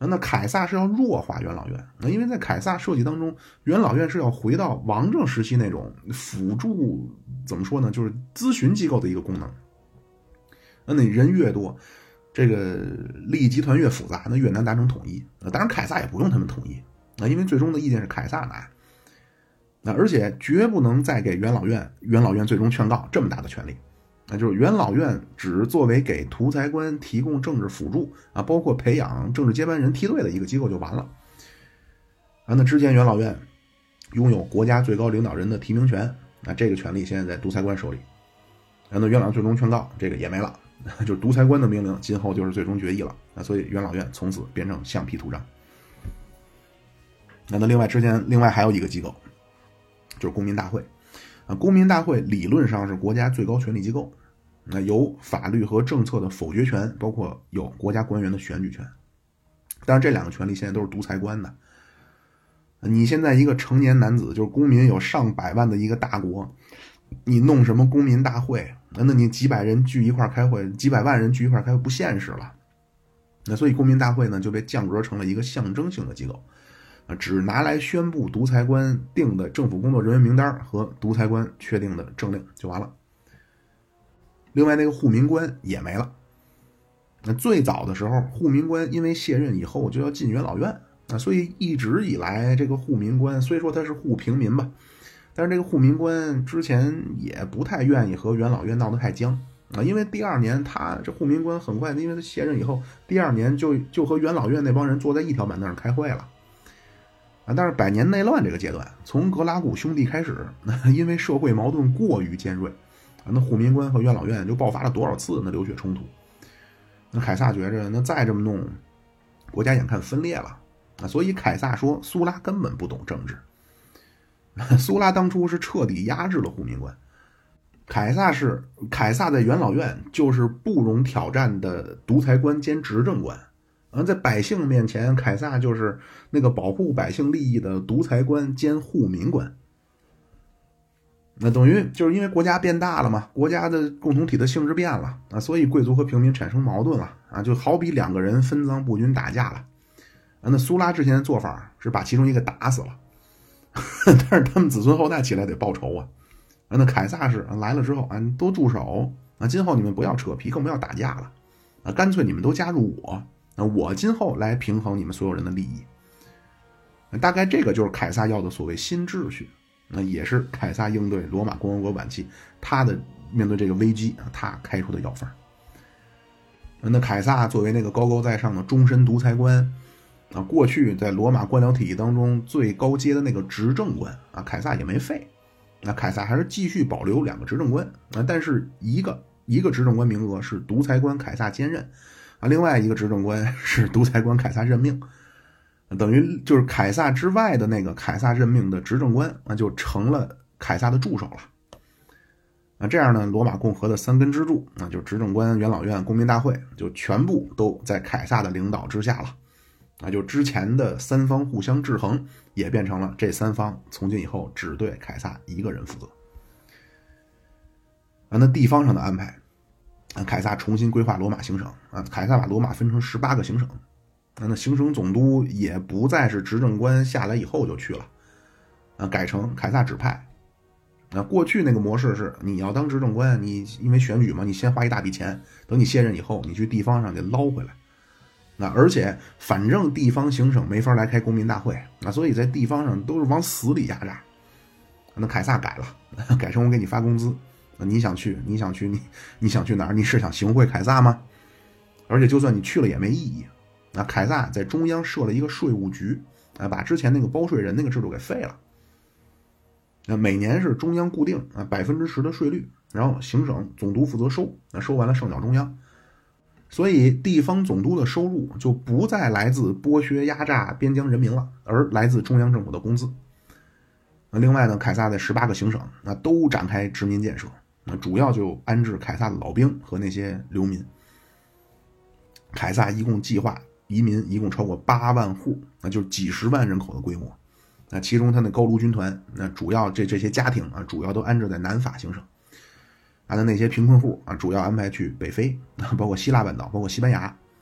那凯撒是要弱化元老院，那因为在凯撒设计当中，元老院是要回到王政时期那种辅助，怎么说呢，就是咨询机构的一个功能。那你人越多，这个利益集团越复杂，那越难达成统一。当然凯撒也不用他们统一，因为最终的意见是凯撒拿。那而且绝不能再给元老院元老院最终劝告这么大的权利。那就是元老院只作为给图财官提供政治辅助啊，包括培养政治接班人梯队的一个机构就完了。啊，那之前元老院拥有国家最高领导人的提名权，那这个权利现在在独裁官手里。啊，那元老院最终劝告这个也没了，就是独裁官的命令今后就是最终决议了。啊，所以元老院从此变成橡皮图章。那那另外之前另外还有一个机构，就是公民大会。啊，公民大会理论上是国家最高权力机构。那有法律和政策的否决权，包括有国家官员的选举权，但是这两个权利现在都是独裁官的。你现在一个成年男子，就是公民有上百万的一个大国，你弄什么公民大会？那你几百人聚一块开会，几百万人聚一块开会不现实了。那所以公民大会呢就被降格成了一个象征性的机构，只拿来宣布独裁官定的政府工作人员名单和独裁官确定的政令就完了。另外那个护民官也没了。那最早的时候护民官因为卸任以后就要进元老院，啊，所以一直以来这个护民官虽说他是护平民吧，但是这个护民官之前也不太愿意和元老院闹得太僵啊，因为第二年他这护民官很快因为他卸任以后第二年就就和元老院那帮人坐在一条板凳上开会了啊。但是百年内乱这个阶段从格拉古兄弟开始，因为社会矛盾过于尖锐，那护民官和元老院就爆发了多少次那流血冲突。那凯撒觉着那再这么弄国家眼看分裂了啊，所以凯撒说苏拉根本不懂政治。苏拉当初是彻底压制了护民官，凯撒是凯撒在元老院就是不容挑战的独裁官兼执政官，而在百姓面前凯撒就是那个保护百姓利益的独裁官兼护民官。那等于就是因为国家变大了嘛，国家的共同体的性质变了啊，所以贵族和平民产生矛盾了啊，就好比两个人分赃不均打架了啊。那苏拉之前的做法是把其中一个打死了，但是他们子孙后代起来得报仇啊。啊，那凯撒是来了之后啊，都住手啊，今后你们不要扯皮，更不要打架了啊，干脆你们都加入我啊，我今后来平衡你们所有人的利益。大概这个就是凯撒要的所谓新秩序。那也是凯撒应对罗马共和国晚期他的面对这个危机他开出的药方。那凯撒作为那个高高在上的终身独裁官啊，过去在罗马官僚体系当中最高阶的那个执政官啊，凯撒也没废。那凯撒还是继续保留两个执政官啊，但是一个一个执政官名额是独裁官凯撒兼任啊，另外一个执政官是独裁官凯撒任命。等于就是凯撒之外的那个凯撒任命的执政官啊，就成了凯撒的助手了。啊，这样呢，罗马共和的三根支柱啊，就执政官、元老院、公民大会，就全部都在凯撒的领导之下了。啊，就之前的三方互相制衡，也变成了这三方从今以后只对凯撒一个人负责。啊，那地方上的安排，啊，凯撒重新规划罗马行省啊，凯撒把罗马分成十八个行省。那行省总督也不再是执政官下来以后就去了啊，改成凯撒指派。那过去那个模式是你要当执政官，你因为选举嘛，你先花一大笔钱，等你卸任以后你去地方上给捞回来。那而且反正地方行省没法来开公民大会啊，所以在地方上都是往死里压榨。那凯撒改了，改成我给你发工资，你想去你想去你你想去哪儿？你是想行贿凯撒吗？而且就算你去了也没意义。那凯撒在中央设了一个税务局啊，把之前那个包税人那个制度给废了。那每年是中央固定啊百分之十的税率，然后行省总督负责收，那收完了上缴中央。所以地方总督的收入就不再来自剥削压榨边疆人民了，而来自中央政府的工资。那另外呢，凯撒在十八个行省那都展开殖民建设，那主要就安置凯撒的老兵和那些流民。凯撒一共计划移民一共超过八万户，那就是几十万人口的规模。那其中他的高卢军团，那主要这这些家庭啊，主要都安置在南法行省。啊，那那些贫困户啊，主要安排去北非，包括希腊半岛，包括西班牙。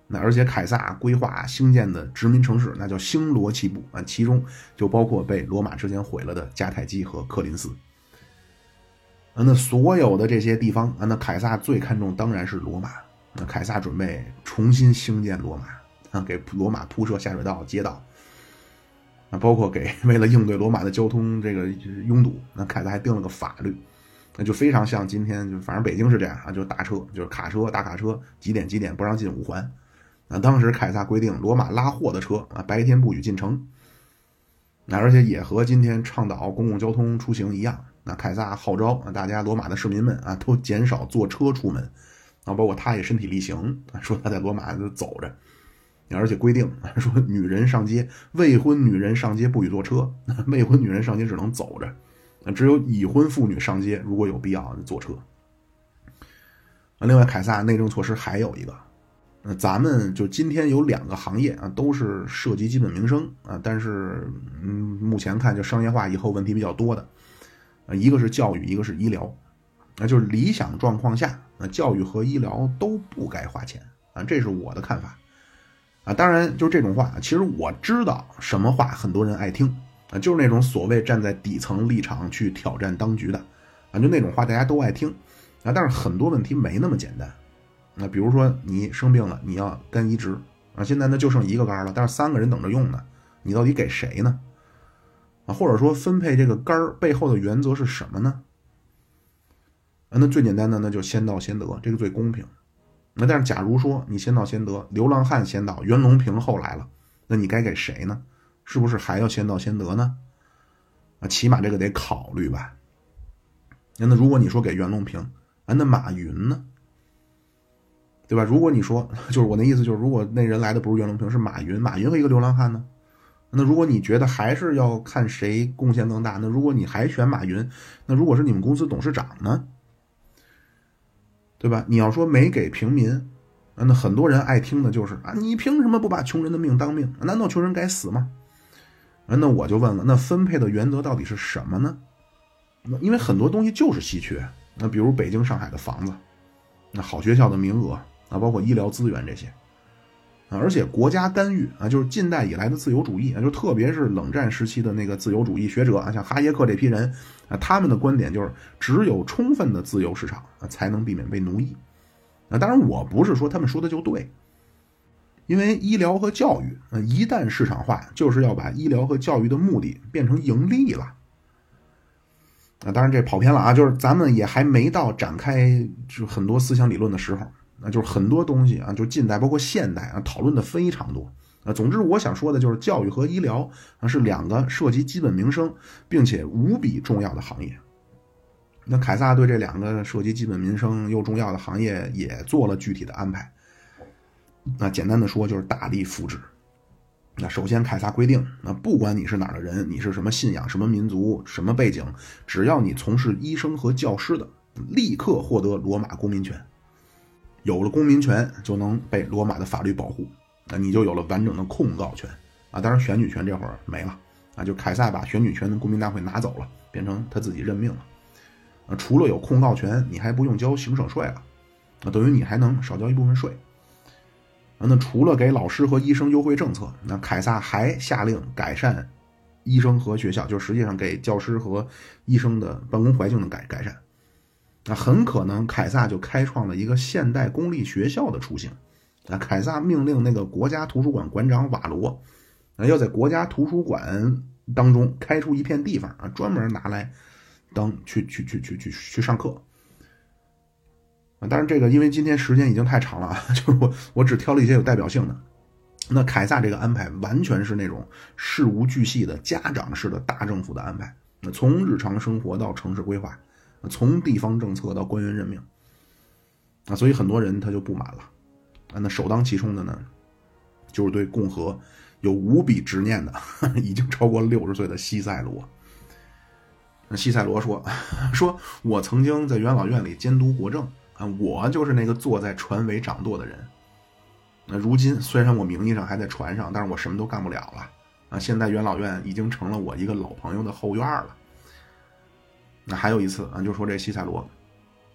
那而且凯撒规划兴建的殖民城市那叫星罗棋布啊，其中就包括被罗马之前毁了的迦太基和柯林斯。啊，那所有的这些地方啊，那凯撒最看重当然是罗马。那凯撒准备重新兴建罗马啊，给罗马铺设下水道、街道啊，包括给为了应对罗马的交通这个拥堵，那凯撒还定了个法律，那就非常像今天就反正北京是这样啊，就是大车就是卡车大卡车几点几点不让进五环。啊，当时凯撒规定罗马拉货的车啊白天不许进城。那而且也和今天倡导公共交通出行一样，那凯撒号召啊大家罗马的市民们啊都减少坐车出门。啊，包括他也身体力行，说他在罗马就走着，而且规定说女人上街，未婚女人上街不许坐车，未婚女人上街只能走着，只有已婚妇女上街如果有必要坐车。另外，凯撒内政措施还有一个，咱们就今天有两个行业啊，都是涉及基本民生啊，但是嗯，目前看就商业化以后问题比较多的，一个是教育，一个是医疗。那就是理想状况下，教育和医疗都不该花钱啊，这是我的看法啊。当然，就这种话，其实我知道什么话很多人爱听啊，就是那种所谓站在底层立场去挑战当局的啊，就那种话大家都爱听啊。但是很多问题没那么简单。那比如说你生病了，你要肝移植啊，现在呢就剩一个肝了，但是三个人等着用呢，你到底给谁呢？啊，或者说分配这个肝背后的原则是什么呢？那最简单的那就先到先得，这个最公平。那但是假如说你先到先得，流浪汉先到，袁隆平后来了，那你该给谁呢？是不是还要先到先得呢？啊，起码这个得考虑吧。那如果你说给袁隆平，啊，那马云呢？对吧？如果你说，就是我的意思就是，如果那人来的不是袁隆平，是马云，马云和一个流浪汉呢？那如果你觉得还是要看谁贡献更大，那如果你还选马云，那如果是你们公司董事长呢？对吧？你要说没给平民，那很多人爱听的就是啊，你凭什么不把穷人的命当命？难道穷人该死吗？那我就问了，那分配的原则到底是什么呢？因为很多东西就是稀缺，那比如北京、上海的房子，那好学校的名额啊，包括医疗资源这些啊，而且国家干预啊，就是近代以来的自由主义啊，就特别是冷战时期的那个自由主义学者啊，像哈耶克这批人啊，他们的观点就是只有充分的自由市场啊，才能避免被奴役。啊，当然我不是说他们说的就对，因为医疗和教育啊，一旦市场化，就是要把医疗和教育的目的变成盈利了。啊，当然这跑偏了啊，就是咱们也还没到展开就很多思想理论的时候。那就是很多东西啊，就近代包括现代啊，讨论的非常多啊。总之，我想说的就是教育和医疗啊是两个涉及基本民生并且无比重要的行业。那凯撒对这两个涉及基本民生又重要的行业也做了具体的安排。那简单的说就是大力扶植。那首先，凯撒规定，那不管你是哪儿的人，你是什么信仰、什么民族、什么背景，只要你从事医生和教师的，立刻获得罗马公民权。有了公民权，就能被罗马的法律保护，那你就有了完整的控告权啊。当然，选举权这会儿没了啊，就凯撒把选举权的公民大会拿走了，变成他自己任命了。啊，除了有控告权，你还不用交行省税了，啊，等于你还能少交一部分税。啊，那除了给老师和医生优惠政策，那凯撒还下令改善医生和学校，就实际上给教师和医生的办公环境的改改善。那很可能凯撒就开创了一个现代公立学校的雏形。那凯撒命令那个国家图书馆馆长瓦罗，要在国家图书馆当中开出一片地方啊，专门拿来当去去去去去去上课。啊，当然这个因为今天时间已经太长了啊，就是我我只挑了一些有代表性的。那凯撒这个安排完全是那种事无巨细的家长式的大政府的安排。那从日常生活到城市规划。从地方政策到官员任命啊，所以很多人他就不满了啊。那首当其冲的呢，就是对共和有无比执念的，已经超过六十岁的西塞罗。那西塞罗说：“说我曾经在元老院里监督国政啊，我就是那个坐在船尾掌舵的人。那如今虽然我名义上还在船上，但是我什么都干不了了啊。现在元老院已经成了我一个老朋友的后院了。”那还有一次啊，就说这西塞罗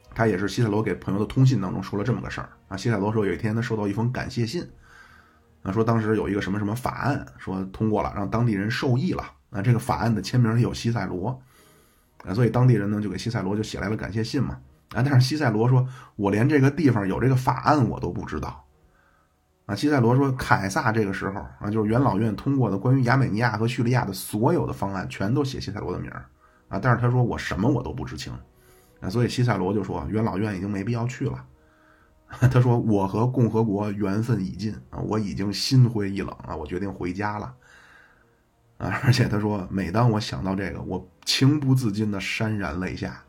他也是西塞罗给朋友的通信当中说了这么个事儿啊。西塞罗说有一天他收到一封感谢信，啊，说当时有一个什么什么法案说通过了，让当地人受益了，啊，这个法案的签名里有西塞罗，啊，所以当地人呢就给西塞罗就写来了感谢信嘛，啊，但是西塞罗说我连这个地方有这个法案我都不知道。啊，西塞罗说，凯撒这个时候啊，就是元老院通过的关于亚美尼亚和叙利亚的所有的方案，全都写西塞罗的名儿啊。但是他说我什么我都不知情啊，所以西塞罗就说元老院已经没必要去了。他说我和共和国缘分已尽啊，我已经心灰意冷啊，我决定回家了啊。而且他说，每当我想到这个，我情不自禁的潸然泪下。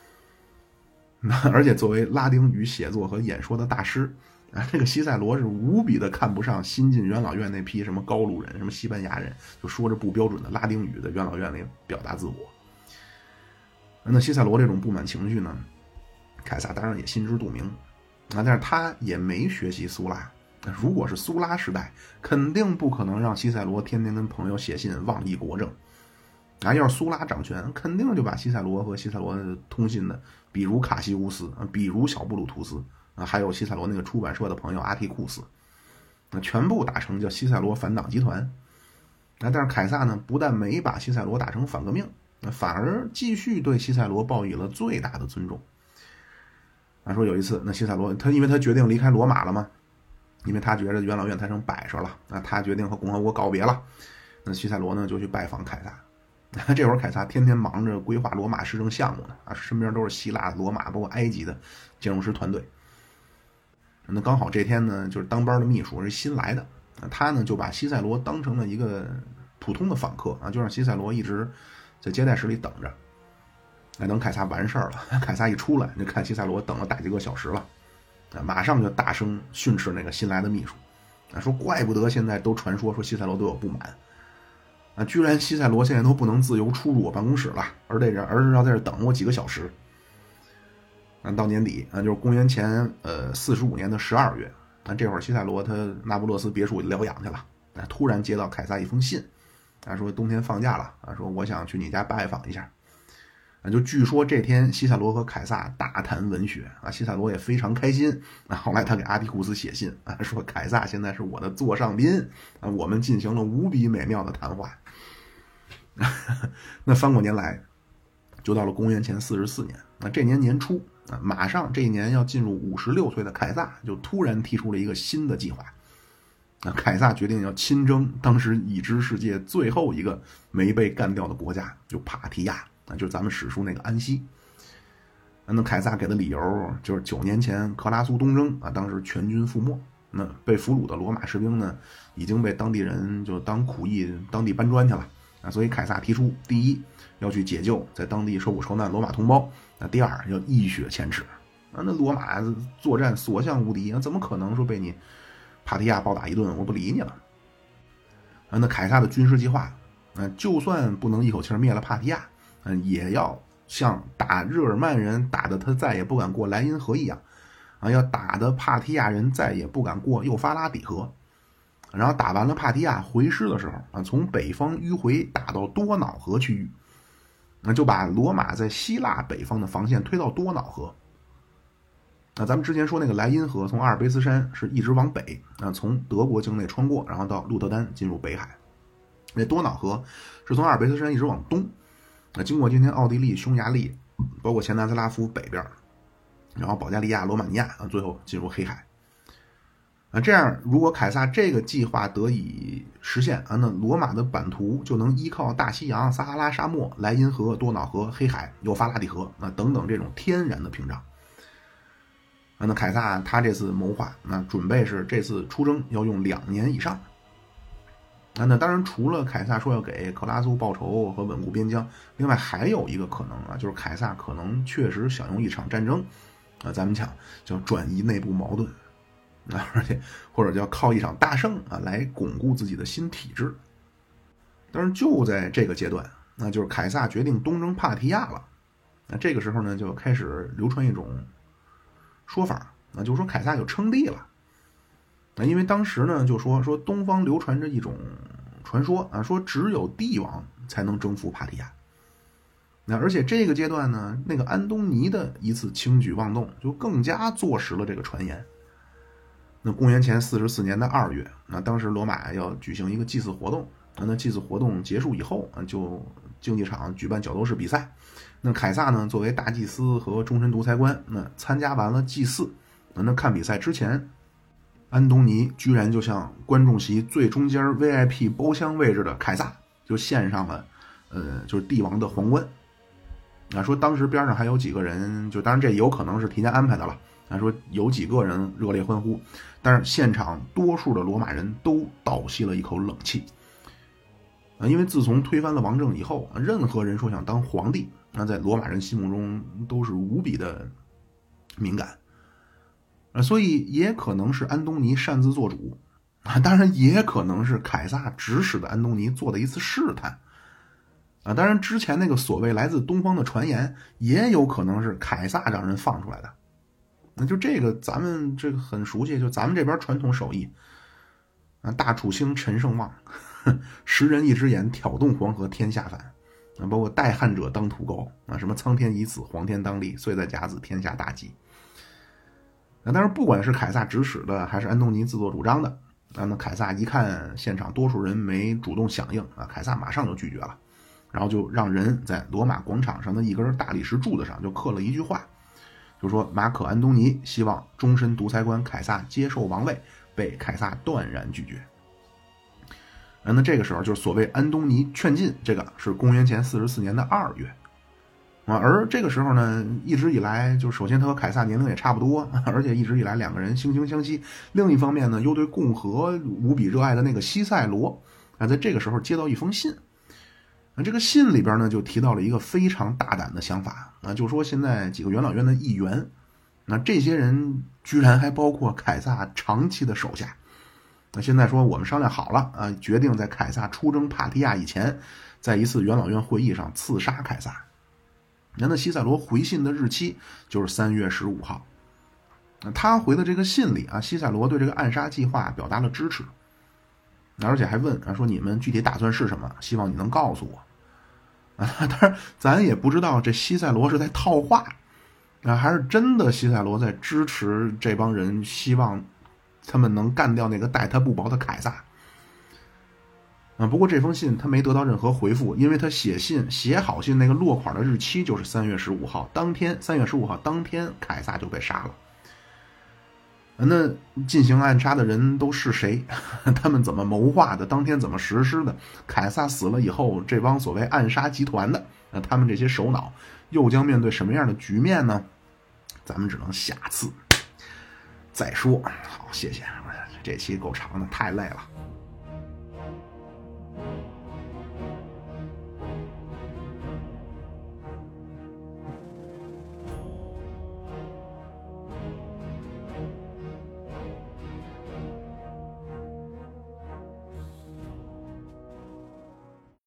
而且作为拉丁语写作和演说的大师。啊，这个西塞罗是无比的看不上新进元老院那批什么高卢人、什么西班牙人，就说着不标准的拉丁语的元老院里表达自我。那西塞罗这种不满情绪呢，凯撒当然也心知肚明啊，但是他也没学习苏拉。如果是苏拉时代，肯定不可能让西塞罗天天跟朋友写信妄议国政啊。要是苏拉掌权，肯定就把西塞罗和西塞罗通信的，比如卡西乌斯，比如小布鲁图斯。啊，还有西塞罗那个出版社的朋友阿提库斯，那全部打成叫西塞罗反党集团。那但是凯撒呢，不但没把西塞罗打成反革命，反而继续对西塞罗报以了最大的尊重。啊，说有一次，那西塞罗他因为他决定离开罗马了嘛，因为他觉得元老院太成摆设了，那他决定和共和国告别了。那西塞罗呢就去拜访凯撒。这会儿凯撒天天忙着规划罗马市政项目呢，啊，身边都是希腊、罗马包括埃及的建筑师团队。那刚好这天呢，就是当班的秘书是新来的，他呢就把西塞罗当成了一个普通的访客啊，就让西塞罗一直在接待室里等着。那等凯撒完事儿了，凯撒一出来就看西塞罗等了大几个小时了，啊，马上就大声训斥那个新来的秘书，啊，说怪不得现在都传说说西塞罗都有不满，啊，居然西塞罗现在都不能自由出入我办公室了，而这人而是要在这等我几个小时。到年底啊，就是公元前呃四十五年的十二月，啊，这会儿西塞罗他那不勒斯别墅疗养去了，啊，突然接到凯撒一封信，啊，说冬天放假了，啊，说我想去你家拜访一下，啊，就据说这天西塞罗和凯撒大谈文学，啊，西塞罗也非常开心，啊，后来他给阿提库斯写信，啊，说凯撒现在是我的座上宾，啊，我们进行了无比美妙的谈话。那翻过年来，就到了公元前四十四年，那这年年初。啊，马上这一年要进入五十六岁的凯撒就突然提出了一个新的计划。啊，凯撒决定要亲征当时已知世界最后一个没被干掉的国家，就帕提亚，啊，就是咱们史书那个安息。那凯撒给的理由就是九年前克拉苏东征啊，当时全军覆没，那被俘虏的罗马士兵呢已经被当地人就当苦役当地搬砖去了啊，所以凯撒提出，第一要去解救在当地受苦受难罗马同胞。那第二要一雪前耻啊！那罗马作战所向无敌啊，怎么可能说被你帕提亚暴打一顿我不理你了啊？那凯撒的军事计划，啊，就算不能一口气灭了帕提亚，嗯，也要像打日耳曼人打的他再也不敢过莱茵河一样啊，要打的帕提亚人再也不敢过幼发拉底河。然后打完了帕提亚回师的时候啊，从北方迂回打到多瑙河区域。那就把罗马在希腊北方的防线推到多瑙河。那咱们之前说那个莱茵河从阿尔卑斯山是一直往北啊，从德国境内穿过，然后到鹿特丹进入北海。那多瑙河是从阿尔卑斯山一直往东，那经过今天奥地利、匈牙利，包括前南斯拉夫北边，然后保加利亚、罗马尼亚啊，最后进入黑海。啊，这样如果凯撒这个计划得以实现啊，那罗马的版图就能依靠大西洋、撒哈拉沙漠、莱茵河、多瑙河、黑海、幼发拉底河啊等等这种天然的屏障。啊，那凯撒他这次谋划，那准备是这次出征要用两年以上。啊，那当然除了凯撒说要给克拉苏报仇和稳固边疆，另外还有一个可能啊，就是凯撒可能确实想用一场战争，啊，咱们讲叫转移内部矛盾。啊，而且或者叫靠一场大胜啊来巩固自己的新体制。但是就在这个阶段，那就是凯撒决定东征帕提亚了。那这个时候呢，就开始流传一种说法，那就是说凯撒就称帝了。那因为当时呢，就说说东方流传着一种传说啊，说只有帝王才能征服帕提亚。 那而且这个阶段呢，那个安东尼的一次轻举妄动，就更加坐实了这个传言。那公元前四十四年的二月，那当时罗马要举行一个祭祀活动，那祭祀活动结束以后，就竞技场举办角斗士比赛。那凯撒呢，作为大祭司和终身独裁官，那参加完了祭祀，那看比赛之前，安东尼居然就向观众席最中间 V I P 包厢位置的凯撒就献上了，呃，就是帝王的皇冠。啊，说当时边上还有几个人，就当然这有可能是提前安排的了。啊，说有几个人热烈欢呼，但是现场多数的罗马人都倒吸了一口冷气。啊，因为自从推翻了王政以后，任何人说想当皇帝，那在罗马人心目中都是无比的敏感。啊，所以也可能是安东尼擅自做主，啊，当然也可能是凯撒指使的安东尼做的一次试探。啊，当然之前那个所谓来自东方的传言，也有可能是凯撒让人放出来的。那就这个咱们这个很熟悉，就咱们这边传统手艺啊，大楚兴陈胜旺，十人一只眼，挑动黄河天下反啊，包括代汉者当土高啊，什么苍天已死，黄天当立，岁在甲子，天下大吉。啊，但是不管是凯撒指使的，还是安东尼自作主张的啊，那凯撒一看现场多数人没主动响应啊，凯撒马上就拒绝了，然后就让人在罗马广场上的一根大理石柱子上就刻了一句话。就说马可安东尼希望终身独裁官凯撒接受王位，被凯撒断然拒绝。那这个时候就是所谓安东尼劝进，这个是公元前四十四年的二月啊。而这个时候呢，一直以来就首先他和凯撒年龄也差不多，而且一直以来两个人惺惺相惜。另一方面呢，又对共和无比热爱的那个西塞罗啊，在这个时候接到一封信。那这个信里边呢，就提到了一个非常大胆的想法啊，就说现在几个元老院的议员，那这些人居然还包括凯撒长期的手下。那现在说我们商量好了啊，决定在凯撒出征帕提亚以前，在一次元老院会议上刺杀凯撒。那西塞罗回信的日期就是三月十五号。他回的这个信里啊，西塞罗对这个暗杀计划表达了支持，而且还问啊，说你们具体打算是什么？希望你能告诉我。啊，当然咱也不知道这西塞罗是在套话啊，还是真的西塞罗在支持这帮人，希望他们能干掉那个待他不薄的凯撒。啊，不过这封信他没得到任何回复，因为他写信写好信那个落款的日期就是三月十五号，当天三月十五号当天凯撒就被杀了。那进行暗杀的人都是谁？他们怎么谋划的？当天怎么实施的？凯撒死了以后，这帮所谓暗杀集团的，那他们这些首脑又将面对什么样的局面呢？咱们只能下次再说。好，谢谢，这期够长的，太累了。